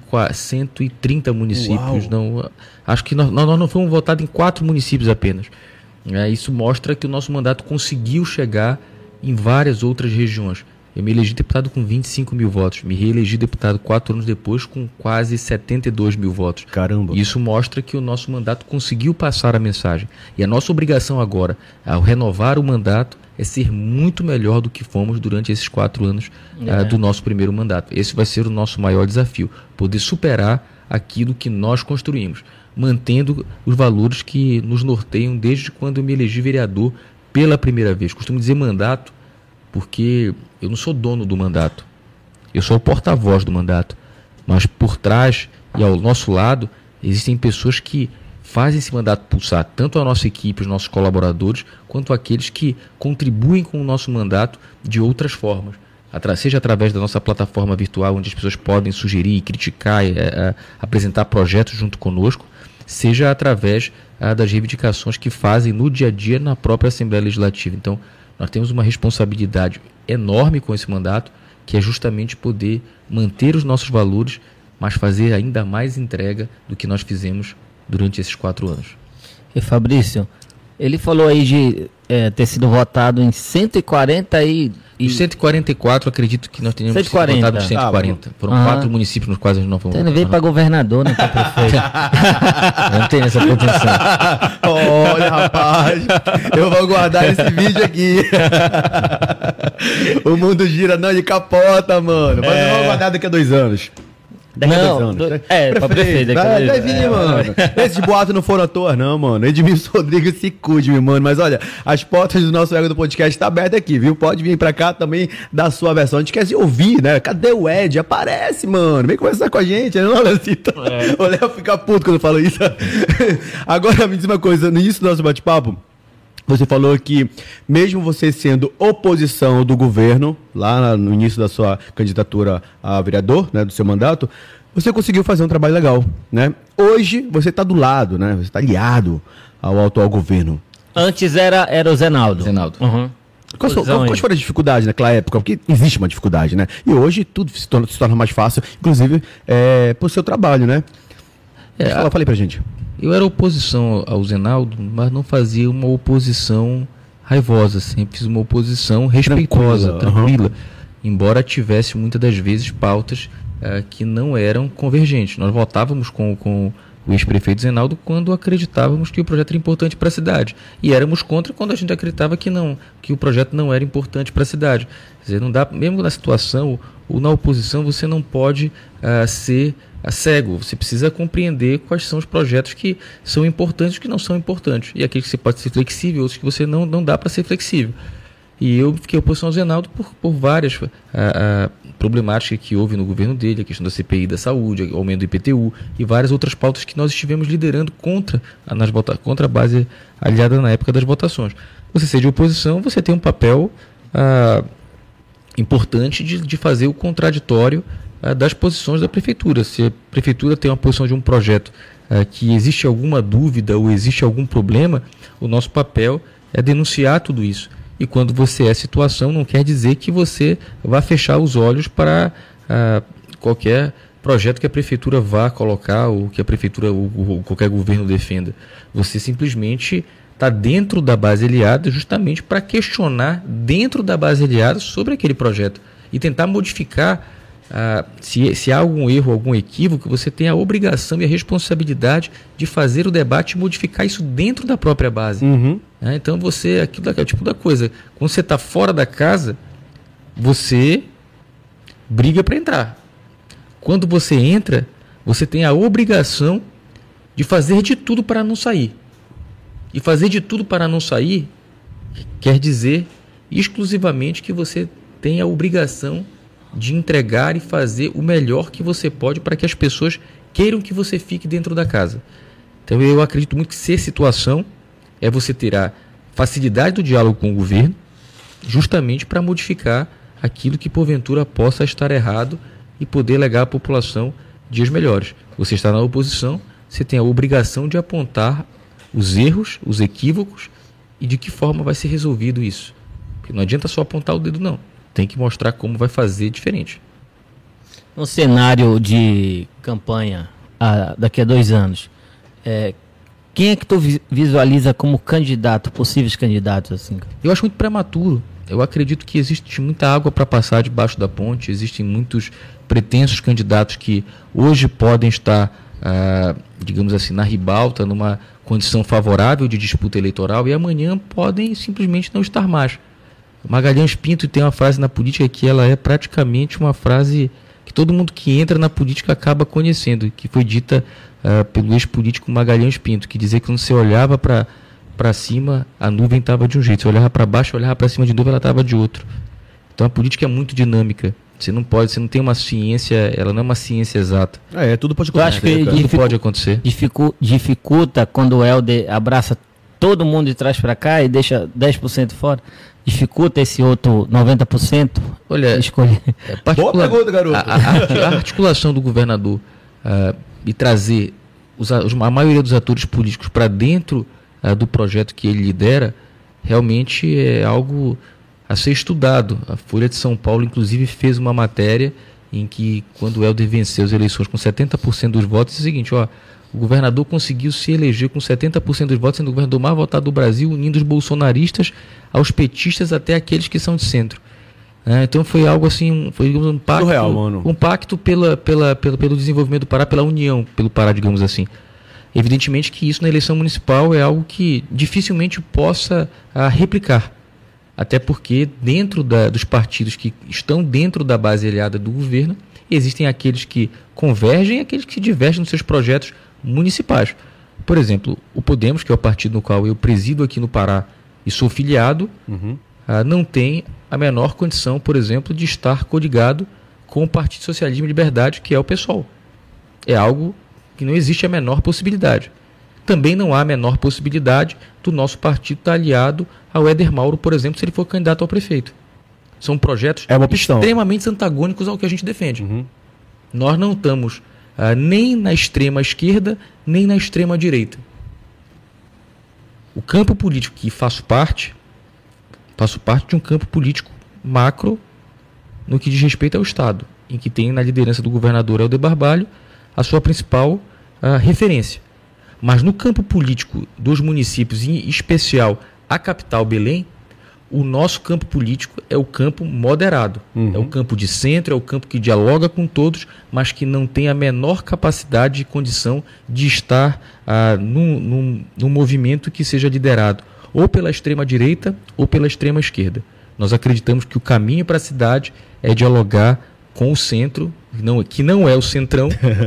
e trinta municípios. Não, uh, acho que nós, nós não fomos votados em quatro municípios apenas. Uh, isso mostra que o nosso mandato conseguiu chegar em várias outras regiões. Eu me elegi deputado com vinte e cinco mil votos, me reelegi deputado quatro anos depois com quase setenta e dois mil votos. Caramba. Isso mostra que o nosso mandato conseguiu passar a mensagem. E a nossa obrigação agora, ao renovar o mandato, é ser muito melhor do que fomos durante esses quatro anos É. ah, do nosso primeiro mandato. Esse vai ser o nosso maior desafio, poder superar aquilo que nós construímos, mantendo os valores que nos norteiam desde quando eu me elegi vereador pela primeira vez. Costumo dizer mandato porque eu não sou dono do mandato, eu sou o porta-voz do mandato, mas por trás e ao nosso lado existem pessoas que fazem esse mandato pulsar, tanto a nossa equipe, os nossos colaboradores, quanto aqueles que contribuem com o nosso mandato de outras formas, Atra- seja através da nossa plataforma virtual, onde as pessoas podem sugerir, criticar, é, é, apresentar projetos junto conosco, seja através é, das reivindicações que fazem no dia a dia na própria Assembleia Legislativa. Então, nós temos uma responsabilidade enorme com esse mandato, que é justamente poder manter os nossos valores, mas fazer ainda mais entrega do que nós fizemos durante esses quatro anos. E Fabrício, ele falou aí de é, ter sido votado em cento e quarenta e... e... Os cento e quarenta e quatro, acredito que nós tenhamos cento e quarenta. sido votados nos cento e quarenta. Foram Ah. quatro municípios nos quais nós não fomos Então ele veio para votados. governador, né, para prefeito. Eu não tenho essa pretensão. Olha, rapaz, eu vou guardar esse vídeo aqui. O mundo gira, não, ele capota, mano. Mas eu vou guardar daqui a dois anos. Daqui a Não, dois anos. do- é, pra prefeito, daqui a Vai, dois vai anos. vir, É, mano. Esses boatos não foram à toa, não, mano. Edmilson Rodrigues, se cuide, meu mano. Mas olha, as portas do nosso Ego do Podcast tá aberta aqui, viu? Pode vir pra cá também dar sua versão. A gente quer se ouvir, né? Cadê o Ed? Aparece, mano. Vem conversar com a gente. Não, Leocito. O Léo fica puto quando eu falo isso. Agora, me diz uma coisa. No início do nosso bate-papo, você falou que, mesmo você sendo oposição do governo, lá no início da sua candidatura a vereador, né, do seu mandato, você conseguiu fazer um trabalho legal, né? Hoje, você está do lado, né? Você está aliado ao atual governo. Antes era, era o Zenaldo. Zenaldo. Uhum. Quais, quais, quais foram as dificuldades naquela época? Porque existe uma dificuldade, né? E hoje tudo se torna, se torna mais fácil, inclusive é, por seu trabalho, né? É, fala, fala aí pra gente. Eu era oposição ao Zenaldo, mas não fazia uma oposição raivosa, sempre fiz uma oposição respeitosa, tranquila, tranquila uhum. embora tivesse muitas das vezes pautas uh, que não eram convergentes. Nós votávamos com, com o ex-prefeito Zenaldo quando acreditávamos que o projeto era importante para a cidade, e éramos contra quando a gente acreditava que não, que o projeto não era importante para a cidade. Quer dizer, não dá, mesmo na situação ou na oposição, você não pode uh, ser uh, cego, você precisa compreender quais são os projetos que são importantes e que não são importantes, e aqueles que você pode ser flexível, outros que você não, não dá para ser flexível. E eu fiquei oposição ao Zenaldo por, por várias uh, uh, problemáticas que houve no governo dele, a questão da C P I da saúde, o aumento do I P T U e várias outras pautas que nós estivemos liderando contra, nas vota- contra a base aliada na época das votações. Você ser de oposição, você tem um papel uh, importante de, de fazer o contraditório uh, das posições da prefeitura. Se a prefeitura tem uma posição de um projeto uh, que existe alguma dúvida ou existe algum problema, o nosso papel é denunciar tudo isso. E quando você é situação, não quer dizer que você vá fechar os olhos para ah, qualquer projeto que a prefeitura vá colocar ou que a prefeitura ou, ou qualquer governo defenda. Você simplesmente está dentro da base aliada justamente para questionar dentro da base aliada sobre aquele projeto e tentar modificar. Ah, se, se há algum erro, algum equívoco, você tem a obrigação e a responsabilidade de fazer o debate e modificar isso dentro da própria base. Uhum. É, então você, aquilo é o tipo da coisa, quando você está fora da casa, você briga para entrar. Quando você entra, você tem a obrigação de fazer de tudo para não sair. E fazer de tudo para não sair quer dizer exclusivamente que você tem a obrigação de entregar e fazer o melhor que você pode para que as pessoas queiram que você fique dentro da casa. Então eu acredito muito que ser situação é você ter a facilidade do diálogo com o governo justamente para modificar aquilo que porventura possa estar errado e poder legar à população dias melhores. Você está na oposição, você tem a obrigação de apontar os erros, os equívocos e de que forma vai ser resolvido isso. Porque não adianta só apontar o dedo, não. Tem que mostrar como vai fazer diferente. No cenário de campanha ah, daqui a dois anos, é, quem é que tu visualiza como candidato, possíveis candidatos? Assim? Eu acho muito prematuro. Eu acredito que existe muita água para passar debaixo da ponte, existem muitos pretensos candidatos que hoje podem estar, ah, digamos assim, na ribalta, numa condição favorável de disputa eleitoral, e amanhã podem simplesmente não estar mais. Magalhães Pinto tem uma frase na política que ela é praticamente uma frase que todo mundo que entra na política acaba conhecendo, que foi dita uh, pelo ex-político Magalhães Pinto, que dizia que quando você olhava para para cima, a nuvem estava de um jeito, você olhava para baixo, olhava para cima de novo, ela estava de outro. Então a política é muito dinâmica. Você não pode, você não tem uma ciência, ela não é uma ciência exata. É, tudo pode acontecer. Acho que tudo dificu- pode acontecer. Dificu- dificulta quando o Helder abraça todo mundo de trás para cá e deixa dez por cento fora. Dificulta esse outro noventa por cento? Olha, escolher. É particular, Boa pergunta, garoto. A, a, a articulação do governador uh, e trazer os, a maioria dos atores políticos para dentro uh, do projeto que ele lidera, realmente é algo a ser estudado. A Folha de São Paulo, inclusive, fez uma matéria em que, quando o Helder venceu as eleições com setenta por cento dos votos, é o seguinte, ó, o governador conseguiu se eleger com setenta por cento dos votos, sendo o governador mais votado do Brasil, unindo os bolsonaristas aos petistas até aqueles que são de centro. É, então foi algo assim, foi um pacto, Surreal, mano. um pacto pela, pela, pela, pelo desenvolvimento do Pará, pela união pelo Pará, digamos assim. Evidentemente que isso na eleição municipal é algo que dificilmente possa a, replicar. Até porque dentro da, dos partidos que estão dentro da base aliada do governo, existem aqueles que convergem e aqueles que divergem nos seus projetos municipais. Por exemplo, o Podemos, que é o partido no qual eu presido aqui no Pará e sou filiado, uhum. ah, não tem a menor condição, por exemplo, de estar coligado com o Partido Socialismo e Liberdade, que é o PSOL. É algo que não existe a menor possibilidade. Também não há a menor possibilidade do nosso partido estar aliado ao Éder Mauro, por exemplo, se ele for candidato ao prefeito. São projetos é extremamente antagônicos ao que a gente defende. Uhum. Nós não estamos ah, nem na extrema esquerda, nem na extrema direita. O campo político que faço parte faço parte de um campo político macro no que diz respeito ao Estado, em que tem na liderança do governador Helder Barbalho a sua principal uh, referência. Mas no campo político dos municípios, em especial a capital Belém, o nosso campo político é o campo moderado. Uhum. É o campo de centro, é o campo que dialoga com todos, mas que não tem a menor capacidade e condição de estar ah, num, num, num movimento que seja liderado ou pela extrema-direita ou pela extrema-esquerda. Nós acreditamos que o caminho para a cidade é dialogar com o centro, não, que não é o centrão,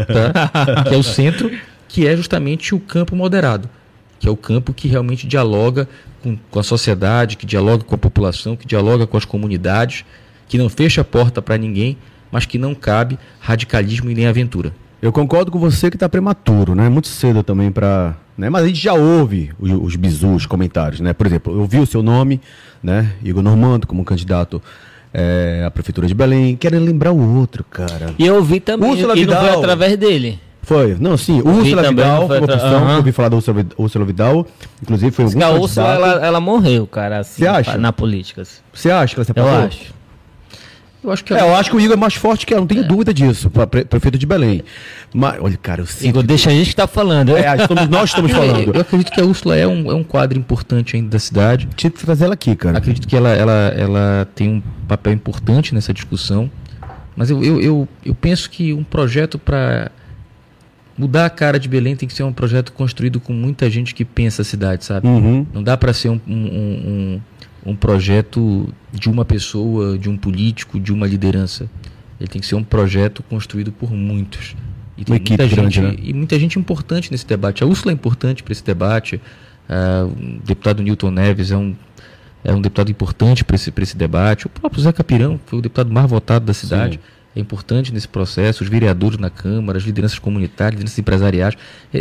tá? Que é o centro, que é justamente o campo moderado, que é o campo que realmente dialoga com, com a sociedade, que dialoga com a população, que dialoga com as comunidades, que não fecha a porta para ninguém, mas que não cabe radicalismo e nem aventura. Eu concordo com você que está prematuro, né? Muito cedo também para... Né? Mas a gente já ouve os, os bizus, os comentários, né? Por exemplo, eu vi o seu nome, né? Igor Normando, como candidato é, à Prefeitura de Belém. Quero lembrar o outro, cara. E eu ouvi também, Úrsula e Vidal. não foi através dele. Foi, não, sim, Úrsula Vidal foi uma opção, uhum. Eu ouvi falar da Úrsula, Úrsula Vidal, inclusive foi um a Úrsula, ela, ela morreu, cara, assim, Você acha? Na política. Você acha que ela se apaixonou? Eu acho. Eu acho, que é, eu acho que o Igor é mais forte que ela, não tenho é. dúvida disso, pre prefeito de Belém. Mas, olha, cara, eu sinto... Igor, que... deixa a gente que tá falando. É, estamos, nós estamos falando. Eu acredito que a Úrsula é um, é um quadro importante ainda da cidade. Tinha que trazer ela aqui, cara. Acredito que ela, ela, ela tem um papel importante nessa discussão, mas eu, eu, eu, eu penso que um projeto para mudar a cara de Belém tem que ser um projeto construído com muita gente que pensa a cidade, sabe? Uhum. Não dá para ser um... um, um um projeto de uma pessoa, de um político, de uma liderança. Ele tem que ser um projeto construído por muitos. E tem muita gente, grande, né? E muita gente importante nesse debate. A Úrsula é importante para esse debate. Uh, o deputado Newton Neves é um, é um deputado importante para esse, para esse debate. O próprio Zé Capirão foi o deputado mais votado da cidade. Sim. É importante nesse processo. Os vereadores na Câmara, as lideranças comunitárias, lideranças empresariais.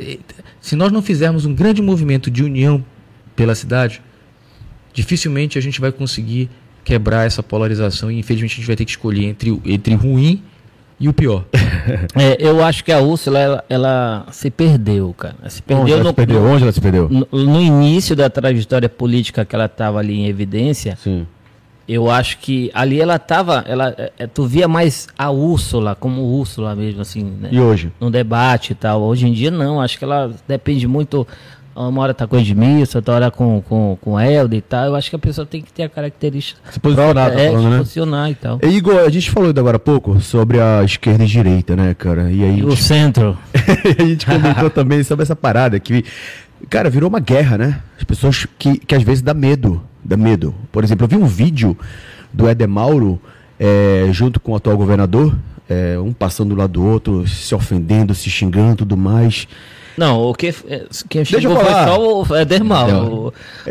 Se nós não fizermos um grande movimento de união pela cidade, dificilmente a gente vai conseguir quebrar essa polarização e infelizmente a gente vai ter que escolher entre, entre o ruim e o pior. É, eu acho que a Úrsula, ela, ela se perdeu, cara. Ela se perdeu, Onde ela no, se perdeu? No, Onde ela se perdeu? No, no início da trajetória política que ela estava ali em evidência, sim. Eu acho que ali ela estava, ela, é, tu via mais a Úrsula como Úrsula mesmo, assim, né? E hoje? No debate e tal. Hoje em dia não, acho que ela depende muito... Uma hora tá com Edmilson, outra hora com, com, com Helder e tal. Eu acho que a pessoa tem que ter a característica se posicionar, própria, tá falando, é, né? se posicionar e tal. E Igor, a gente falou agora há pouco sobre a esquerda e direita, né, cara? E aí E a o gente... centro. A gente comentou também sobre essa parada que, cara, virou uma guerra, né? As pessoas que, que às vezes dá medo, dá medo. Por exemplo, eu vi um vídeo do Éder Mauro é, junto com o atual governador, é, um passando do lado do outro, se ofendendo, se xingando e tudo mais. Não, o que quem Deixa chegou eu falar. foi só o Éder Mauro. O, o,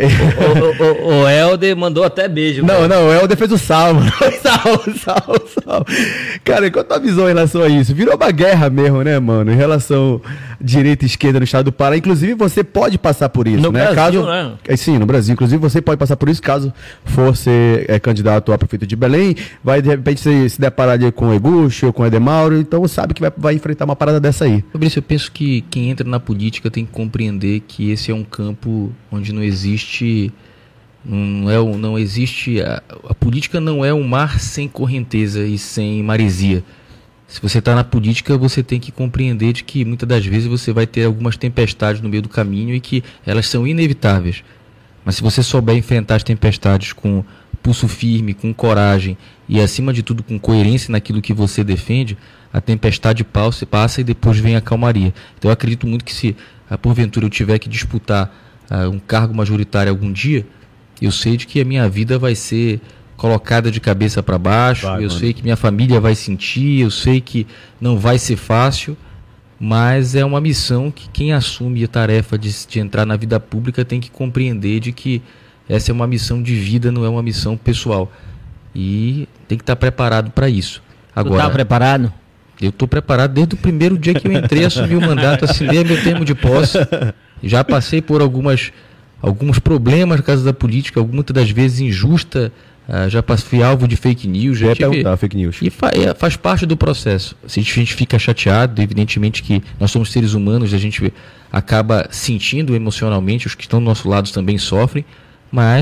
o, o, o Helder mandou até beijo. Não, cara. não, o Helder fez o salvo. salvo, salvo, salvo. Cara, qual a tua visão em relação a isso? Virou uma guerra mesmo, né, mano? Em relação direita e esquerda no estado do Pará. Inclusive, você pode passar por isso, no né? Brasil, caso... né? É, sim, no Brasil. Inclusive, você pode passar por isso caso for ser é, candidato a prefeito de Belém. Vai, de repente, se, se deparar ali com o Egucho ou com o Éder Mauro. Então, sabe que vai, vai enfrentar uma parada dessa aí. Fabrício, eu penso que quem entra na política tem que compreender que esse é um campo onde não existe não é não existe a, a política não é um mar sem correnteza e sem maresia. Se você está na política, você tem que compreender de que muitas das vezes você vai ter algumas tempestades no meio do caminho e que elas são inevitáveis. Mas se você souber enfrentar as tempestades com pulso firme, com coragem e acima de tudo com coerência naquilo que você defende, a tempestade passa e depois vem a calmaria. Então eu acredito muito que se porventura eu tiver que disputar uh, um cargo majoritário algum dia, eu sei de que a minha vida vai ser colocada de cabeça para baixo, vai, eu mano. sei que minha família vai sentir, eu sei que não vai ser fácil, mas é uma missão que quem assume a tarefa de, de entrar na vida pública tem que compreender de que essa é uma missão de vida, não é uma missão pessoal. E tem que estar preparado para isso. Agora, tu tá preparado? Eu estou preparado desde o primeiro dia que eu entrei, assumi o mandato, assinei meu termo de posse. Já passei por algumas, alguns problemas na casa da política, muitas das vezes injusta. Uh, já fui alvo de fake news. Já tive, fake news. E fa é, faz parte do processo. Se a gente fica chateado, evidentemente que nós somos seres humanos, a gente acaba sentindo emocionalmente, os que estão do nosso lado também sofrem, mas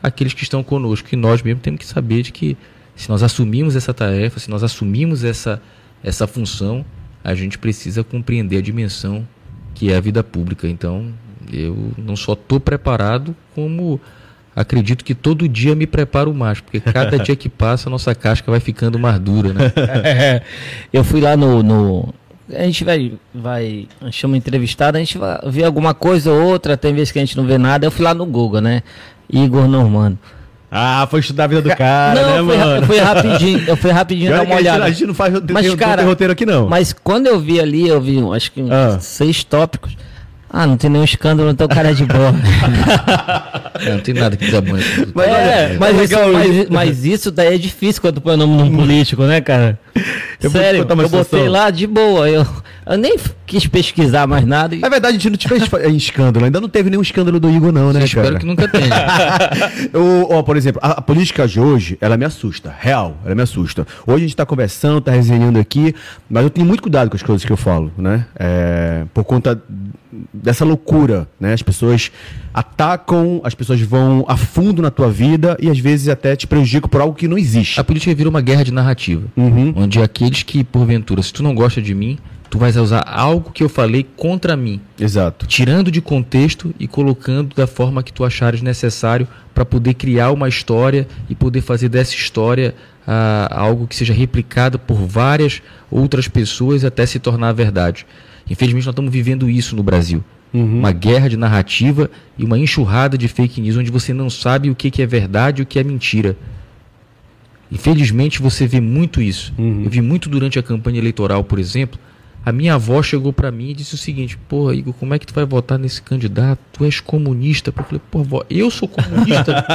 aqueles que estão conosco. E nós mesmo temos que saber de que se nós assumimos essa tarefa, se nós assumimos essa, essa função, a gente precisa compreender a dimensão que é a vida pública. Então, eu não só estou preparado, como acredito que todo dia me preparo mais, porque cada dia que passa a nossa casca vai ficando mais dura, né? Eu fui lá no... no... A gente vai, vai, chama entrevistado, a gente vai ver alguma coisa ou outra, tem vezes que a gente não vê nada. Eu fui lá no Google, né? Igor Normando. Ah, foi estudar a vida do cara, não, né, eu fui, mano? Eu fui rapidinho, eu fui rapidinho dar uma olhada. A gente não faz roteiro, mas, tem, cara, não tem roteiro aqui, não. Mas quando eu vi ali, eu vi, acho que uns ah. seis tópicos. Ah, não tem nenhum escândalo, então o cara é de boa. É, não tem nada que desabone. Mas, é, mas, isso, mas, mas isso daí é difícil quando tu põe o nome num político, né, cara? Eu Sério, eu botei situação. lá de boa. Eu, eu nem quis pesquisar mais nada. E... Na verdade, a gente não tive escândalo. Ainda não teve nenhum escândalo do Igor, não, né, eu espero cara? que nunca tenha. eu, ó, por exemplo, a, a política de hoje, ela me assusta. Real, ela me assusta. Hoje a gente tá conversando, tá resenhando aqui, mas eu tenho muito cuidado com as coisas que eu falo, né? É, por conta dessa loucura, né? As pessoas atacam, as pessoas vão a fundo na tua vida e às vezes até te prejudicam por algo que não existe. A política vira uma guerra de narrativa, uhum. onde aqueles que, porventura, se tu não gosta de mim, tu vais usar algo que eu falei contra mim. Exato. Tirando de contexto e colocando da forma que tu achares necessário para poder criar uma história e poder fazer dessa história ah, algo que seja replicado por várias outras pessoas até se tornar verdade. Infelizmente, nós estamos vivendo isso no Brasil. Uhum. Uma guerra de narrativa e uma enxurrada de fake news onde você não sabe o que, que é verdade e o que é mentira. Infelizmente, você vê muito isso. Uhum. Eu vi muito durante a campanha eleitoral, por exemplo. A minha avó chegou para mim e disse o seguinte: porra, Igor, como é que tu vai votar nesse candidato? Tu és comunista. Eu falei: porra, avó, eu sou comunista?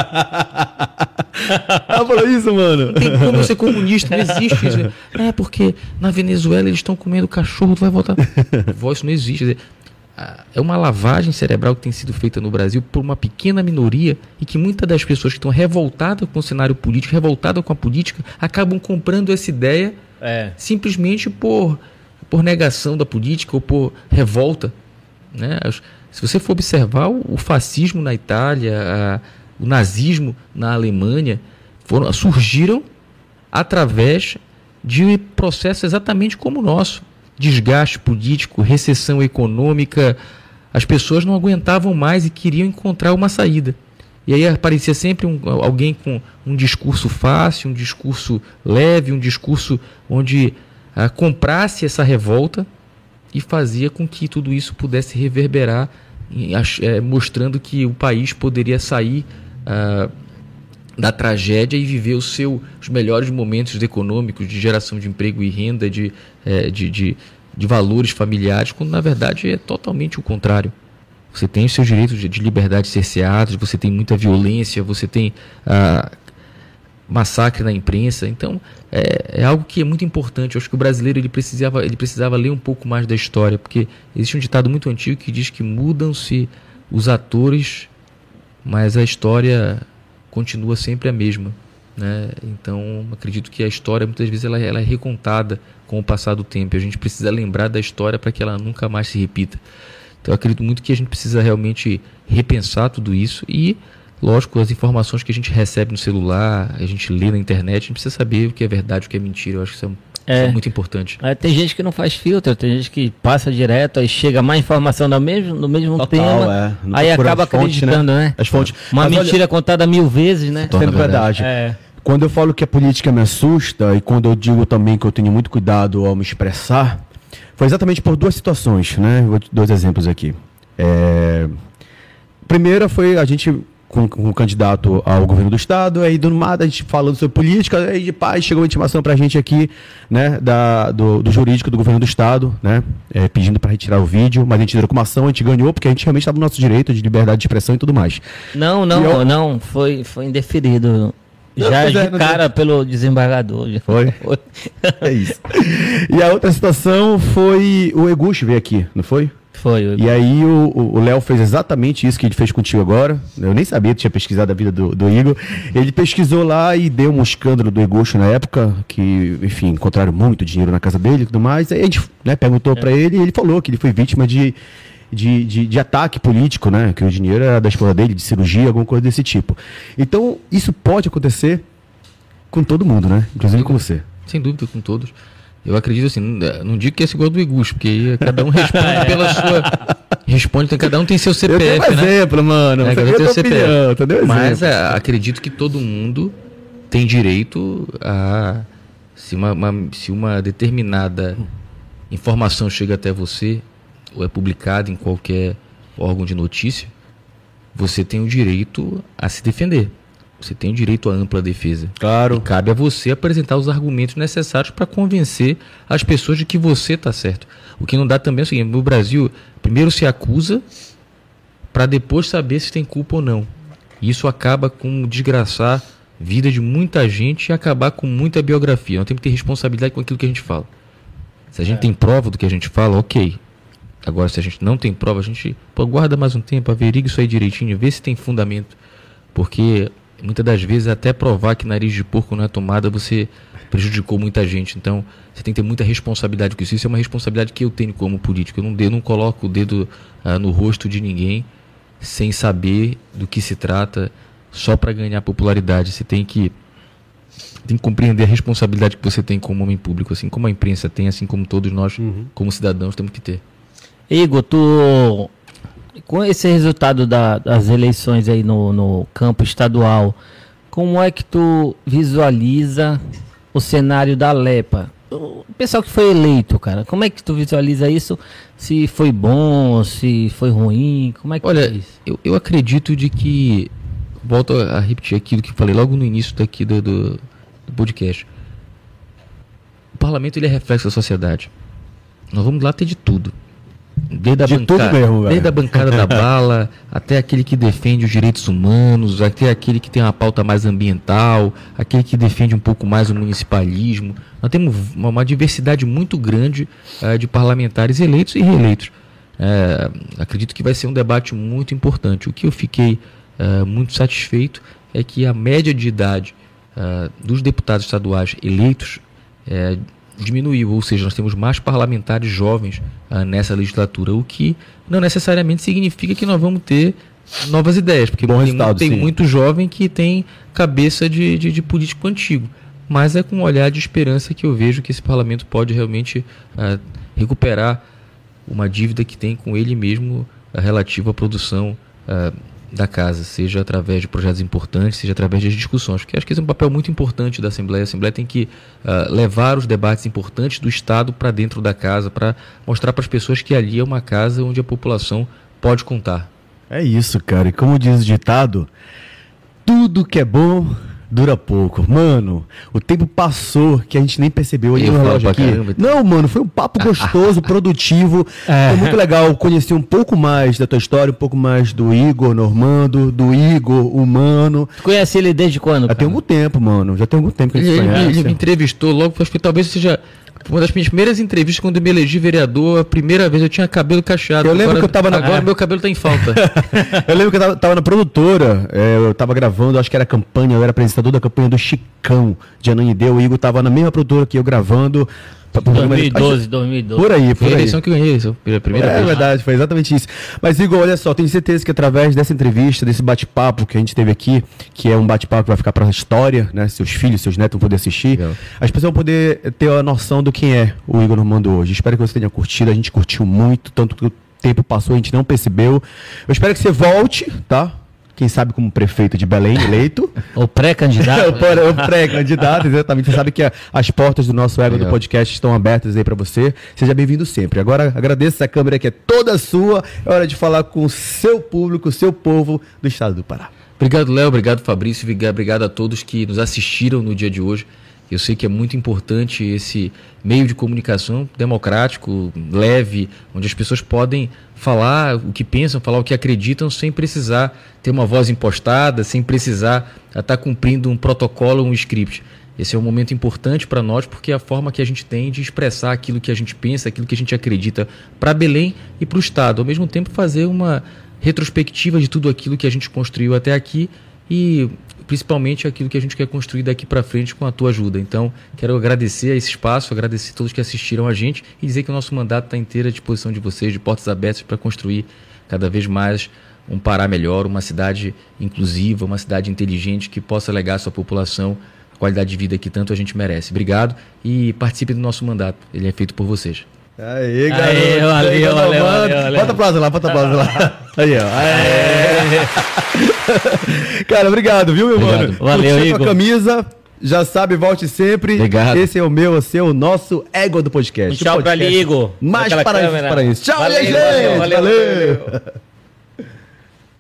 Ela falou isso, mano. Não tem como eu ser comunista, não existe isso. É, porque na Venezuela eles estão comendo cachorro, tu vai votar. Vó, isso não existe. É uma lavagem cerebral que tem sido feita no Brasil por uma pequena minoria e que muitas das pessoas que estão revoltadas com o cenário político, revoltadas com a política, acabam comprando essa ideia é. simplesmente por... por negação da política ou por revolta, né? Se você for observar o fascismo na Itália, a, o nazismo na Alemanha, foram, surgiram através de processos exatamente como o nosso. Desgaste político, recessão econômica, as pessoas não aguentavam mais e queriam encontrar uma saída. E aí aparecia sempre um, alguém com um discurso fácil, um discurso leve, um discurso onde Uh, comprasse essa revolta e fazia com que tudo isso pudesse reverberar, em, é, mostrando que o país poderia sair uh, da tragédia e viver o seu, os melhores momentos econômicos, de geração de emprego e renda, de, é, de, de, de valores familiares, quando na verdade é totalmente o contrário. Você tem os seus direitos de, de liberdade cerceados, você tem muita violência, você tem... Uh, massacre na imprensa. Então é, é algo que é muito importante. Eu acho que o brasileiro ele precisava, ele precisava ler um pouco mais da história, porque existe um ditado muito antigo que diz que mudam-se os atores, mas a história continua sempre a mesma, né? Então acredito que a história muitas vezes ela, ela é recontada com o passar do tempo. A gente precisa lembrar da história para que ela nunca mais se repita. Então eu acredito muito que a gente precisa realmente repensar tudo isso e, lógico, as informações que a gente recebe no celular, a gente lê na internet, a gente precisa saber o que é verdade, o que é mentira. Eu acho que isso é, é. Isso é muito importante. É, tem gente que não faz filtro, tem gente que passa direto, aí chega mais informação no mesmo, no mesmo Total, tema, é. aí acaba acreditando, né? né? As fontes. Uma Mas mentira olha, contada mil vezes, né? É verdade. É. Quando eu falo que a política me assusta, e quando eu digo também que eu tenho muito cuidado ao me expressar, foi exatamente por duas situações, né? Vou te dar dois exemplos aqui. É... Primeira foi a gente... Com, com o candidato ao governo do estado, aí do nada a gente falando sobre política, aí de paz chegou uma intimação pra gente aqui, né, da, do, do jurídico do governo do estado, né, é, pedindo para retirar o vídeo, mas a gente entrou com uma ação, a gente ganhou, porque a gente realmente estava no nosso direito de liberdade de expressão e tudo mais. Não, não, eu... não, foi, foi indeferido. Não, já de é, cara é. pelo desembargador. Já foi? foi. É isso. E a outra situação foi o Eguchi veio aqui, não foi? Foi. E aí o Léo fez exatamente isso que ele fez contigo agora. Eu nem sabia que tinha pesquisado a vida do, do Igor. Ele pesquisou lá e deu um escândalo do Eguchi na época, que, enfim, encontraram muito dinheiro na casa dele e tudo mais. Aí a gente, né, perguntou é. pra ele e ele falou que ele foi vítima de, de, de, de ataque político, né? Que o dinheiro era da esposa dele, de cirurgia, alguma coisa desse tipo. Então, isso pode acontecer com todo mundo, né? Inclusive com você. Sem dúvida, com todos. Eu acredito assim, não, não digo que é igual do Igucho, porque aí cada um responde pela sua... Responde, cada um tem seu C P F, eu tenho um né? exemplo, mano. É, cada um tem seu C P F. Opinião, Mas é, acredito que todo mundo tem direito a... Se uma, uma, se uma determinada informação chega até você, ou é publicada em qualquer órgão de notícia, você tem o direito a se defender. Você tem o direito à ampla defesa. Claro. E cabe a você apresentar os argumentos necessários para convencer as pessoas de que você está certo. O que não dá também é o seguinte, no Brasil, primeiro se acusa para depois saber se tem culpa ou não. E isso acaba com desgraçar a vida de muita gente e acabar com muita biografia. Nós temos que ter responsabilidade com aquilo que a gente fala. Se a gente é. tem prova do que a gente fala, ok. Agora, se a gente não tem prova, a gente pô, guarda mais um tempo, averiga isso aí direitinho, vê se tem fundamento. Porque... muitas das vezes, até provar que nariz de porco não é tomada, você prejudicou muita gente. Então, você tem que ter muita responsabilidade com isso. Isso é uma responsabilidade que eu tenho como político. Eu não, eu não coloco o dedo ah, no rosto de ninguém sem saber do que se trata, só para ganhar popularidade. Você tem que, tem que compreender a responsabilidade que você tem como homem público, assim como a imprensa tem, assim como todos nós, uhum. como cidadãos, temos que ter. Igor, tu... com esse resultado da, das eleições aí no, no campo estadual, como é que tu visualiza o cenário da Lepa? O pessoal que foi eleito, cara, como é que tu visualiza isso? Se foi bom, se foi ruim, como é que Olha, é isso? Eu, eu acredito de que, volto a repetir aquilo que eu falei logo no início daqui do, do, do podcast, o parlamento ele é reflexo da sociedade. Nós vamos lá ter de tudo. Desde a, de bancada, mesmo, desde a bancada da bala, até aquele que defende os direitos humanos, até aquele que tem uma pauta mais ambiental, aquele que defende um pouco mais o municipalismo. Nós temos uma, uma diversidade muito grande uh, de parlamentares eleitos e reeleitos. Uh, acredito que vai ser um debate muito importante. O que eu fiquei uh, muito satisfeito é que a média de idade uh, dos deputados estaduais eleitos uh, diminuiu, ou seja, nós temos mais parlamentares jovens uh, nessa legislatura, o que não necessariamente significa que nós vamos ter novas ideias, porque Bom tem, tem sim. muito jovem que tem cabeça de, de, de político antigo, mas é com um olhar de esperança que eu vejo que esse parlamento pode realmente uh, recuperar uma dívida que tem com ele mesmo uh, relativa à produção uh, da casa, seja através de projetos importantes, seja através de discussões, porque acho que esse é um papel muito importante da Assembleia. A Assembleia tem que uh, levar os debates importantes do Estado para dentro da casa, para mostrar para as pessoas que ali é uma casa onde a população pode contar. É isso, cara, e como diz o ditado, tudo que é bom dura pouco. Mano, o tempo passou que a gente nem percebeu. Olhei no relógio aqui. Caramba. Não, mano, foi um papo gostoso, produtivo. É. Foi muito legal conhecer um pouco mais da tua história, um pouco mais do Igor Normando, do Igor humano. Tu conhece ele desde quando? Já cara? Tem algum tempo, mano. Já tem algum tempo que a gente ele, conhece. Ele me entrevistou logo, acho que talvez seja uma das minhas primeiras entrevistas quando eu me elegi vereador. A primeira vez eu tinha cabelo cacheado. Eu lembro agora, que eu tava na... Agora é. meu cabelo tá em falta. Eu lembro que eu tava, tava na produtora, é, eu tava gravando, acho que era a campanha, eu era apresentador da campanha do Chicão de Ananindeua. O Igor tava na mesma produtora que eu gravando. dois mil e doze, dois mil e doze. Por aí, por foi aí. a eleição que eu ganhei, isso, a primeira é, vez. É verdade, foi exatamente isso. Mas, Igor, olha só, tenho certeza que através dessa entrevista, desse bate-papo que a gente teve aqui, que é um bate-papo que vai ficar para a história, né? Seus filhos, seus netos vão poder assistir. Legal. As pessoas vão poder ter a noção do quem é o Igor Normando hoje. Espero que você tenha curtido, a gente curtiu muito, tanto que o tempo passou, a gente não percebeu. Eu espero que você volte, tá? Quem sabe como prefeito de Belém, eleito. O pré-candidato. o pré-candidato, exatamente. Você sabe que a, as portas do nosso ego do podcast estão abertas aí para você. Seja bem-vindo sempre. Agora, agradeço essa câmera que é toda sua. É hora de falar com o seu público, o seu povo do estado do Pará. Obrigado, Léo. Obrigado, Fabrício. Obrigado a todos que nos assistiram no dia de hoje. Eu sei que é muito importante esse meio de comunicação democrático, leve, onde as pessoas podem falar o que pensam, falar o que acreditam, sem precisar ter uma voz impostada, sem precisar estar cumprindo um protocolo, um script. Esse é um momento importante para nós, porque é a forma que a gente tem de expressar aquilo que a gente pensa, aquilo que a gente acredita para Belém e para o Estado. Ao mesmo tempo, fazer uma retrospectiva de tudo aquilo que a gente construiu até aqui e principalmente aquilo que a gente quer construir daqui para frente com a tua ajuda. Então, quero agradecer a esse espaço, agradecer a todos que assistiram a gente e dizer que o nosso mandato está inteiro à disposição de vocês, de portas abertas para construir cada vez mais um Pará melhor, uma cidade inclusiva, uma cidade inteligente que possa legar à sua população a qualidade de vida que tanto a gente merece. Obrigado e participe do nosso mandato. Ele é feito por vocês. Aê, garoto. Aê, valeu, valeu, valeu, valeu, valeu. Bota aplauso lá, bota aplauso lá. Aí, ó. Aê. Cara, obrigado, viu, meu Obrigado. mano? Valeu, Curtiu Igor. a camisa, já sabe, volte sempre. Obrigado. Esse é o meu, o seu, o nosso égua do podcast. Um tchau O podcast pra ali, Igor. Mais Naquela para isso, câmera. para isso. Tchau, Valeu, gente. valeu, valeu, valeu. valeu.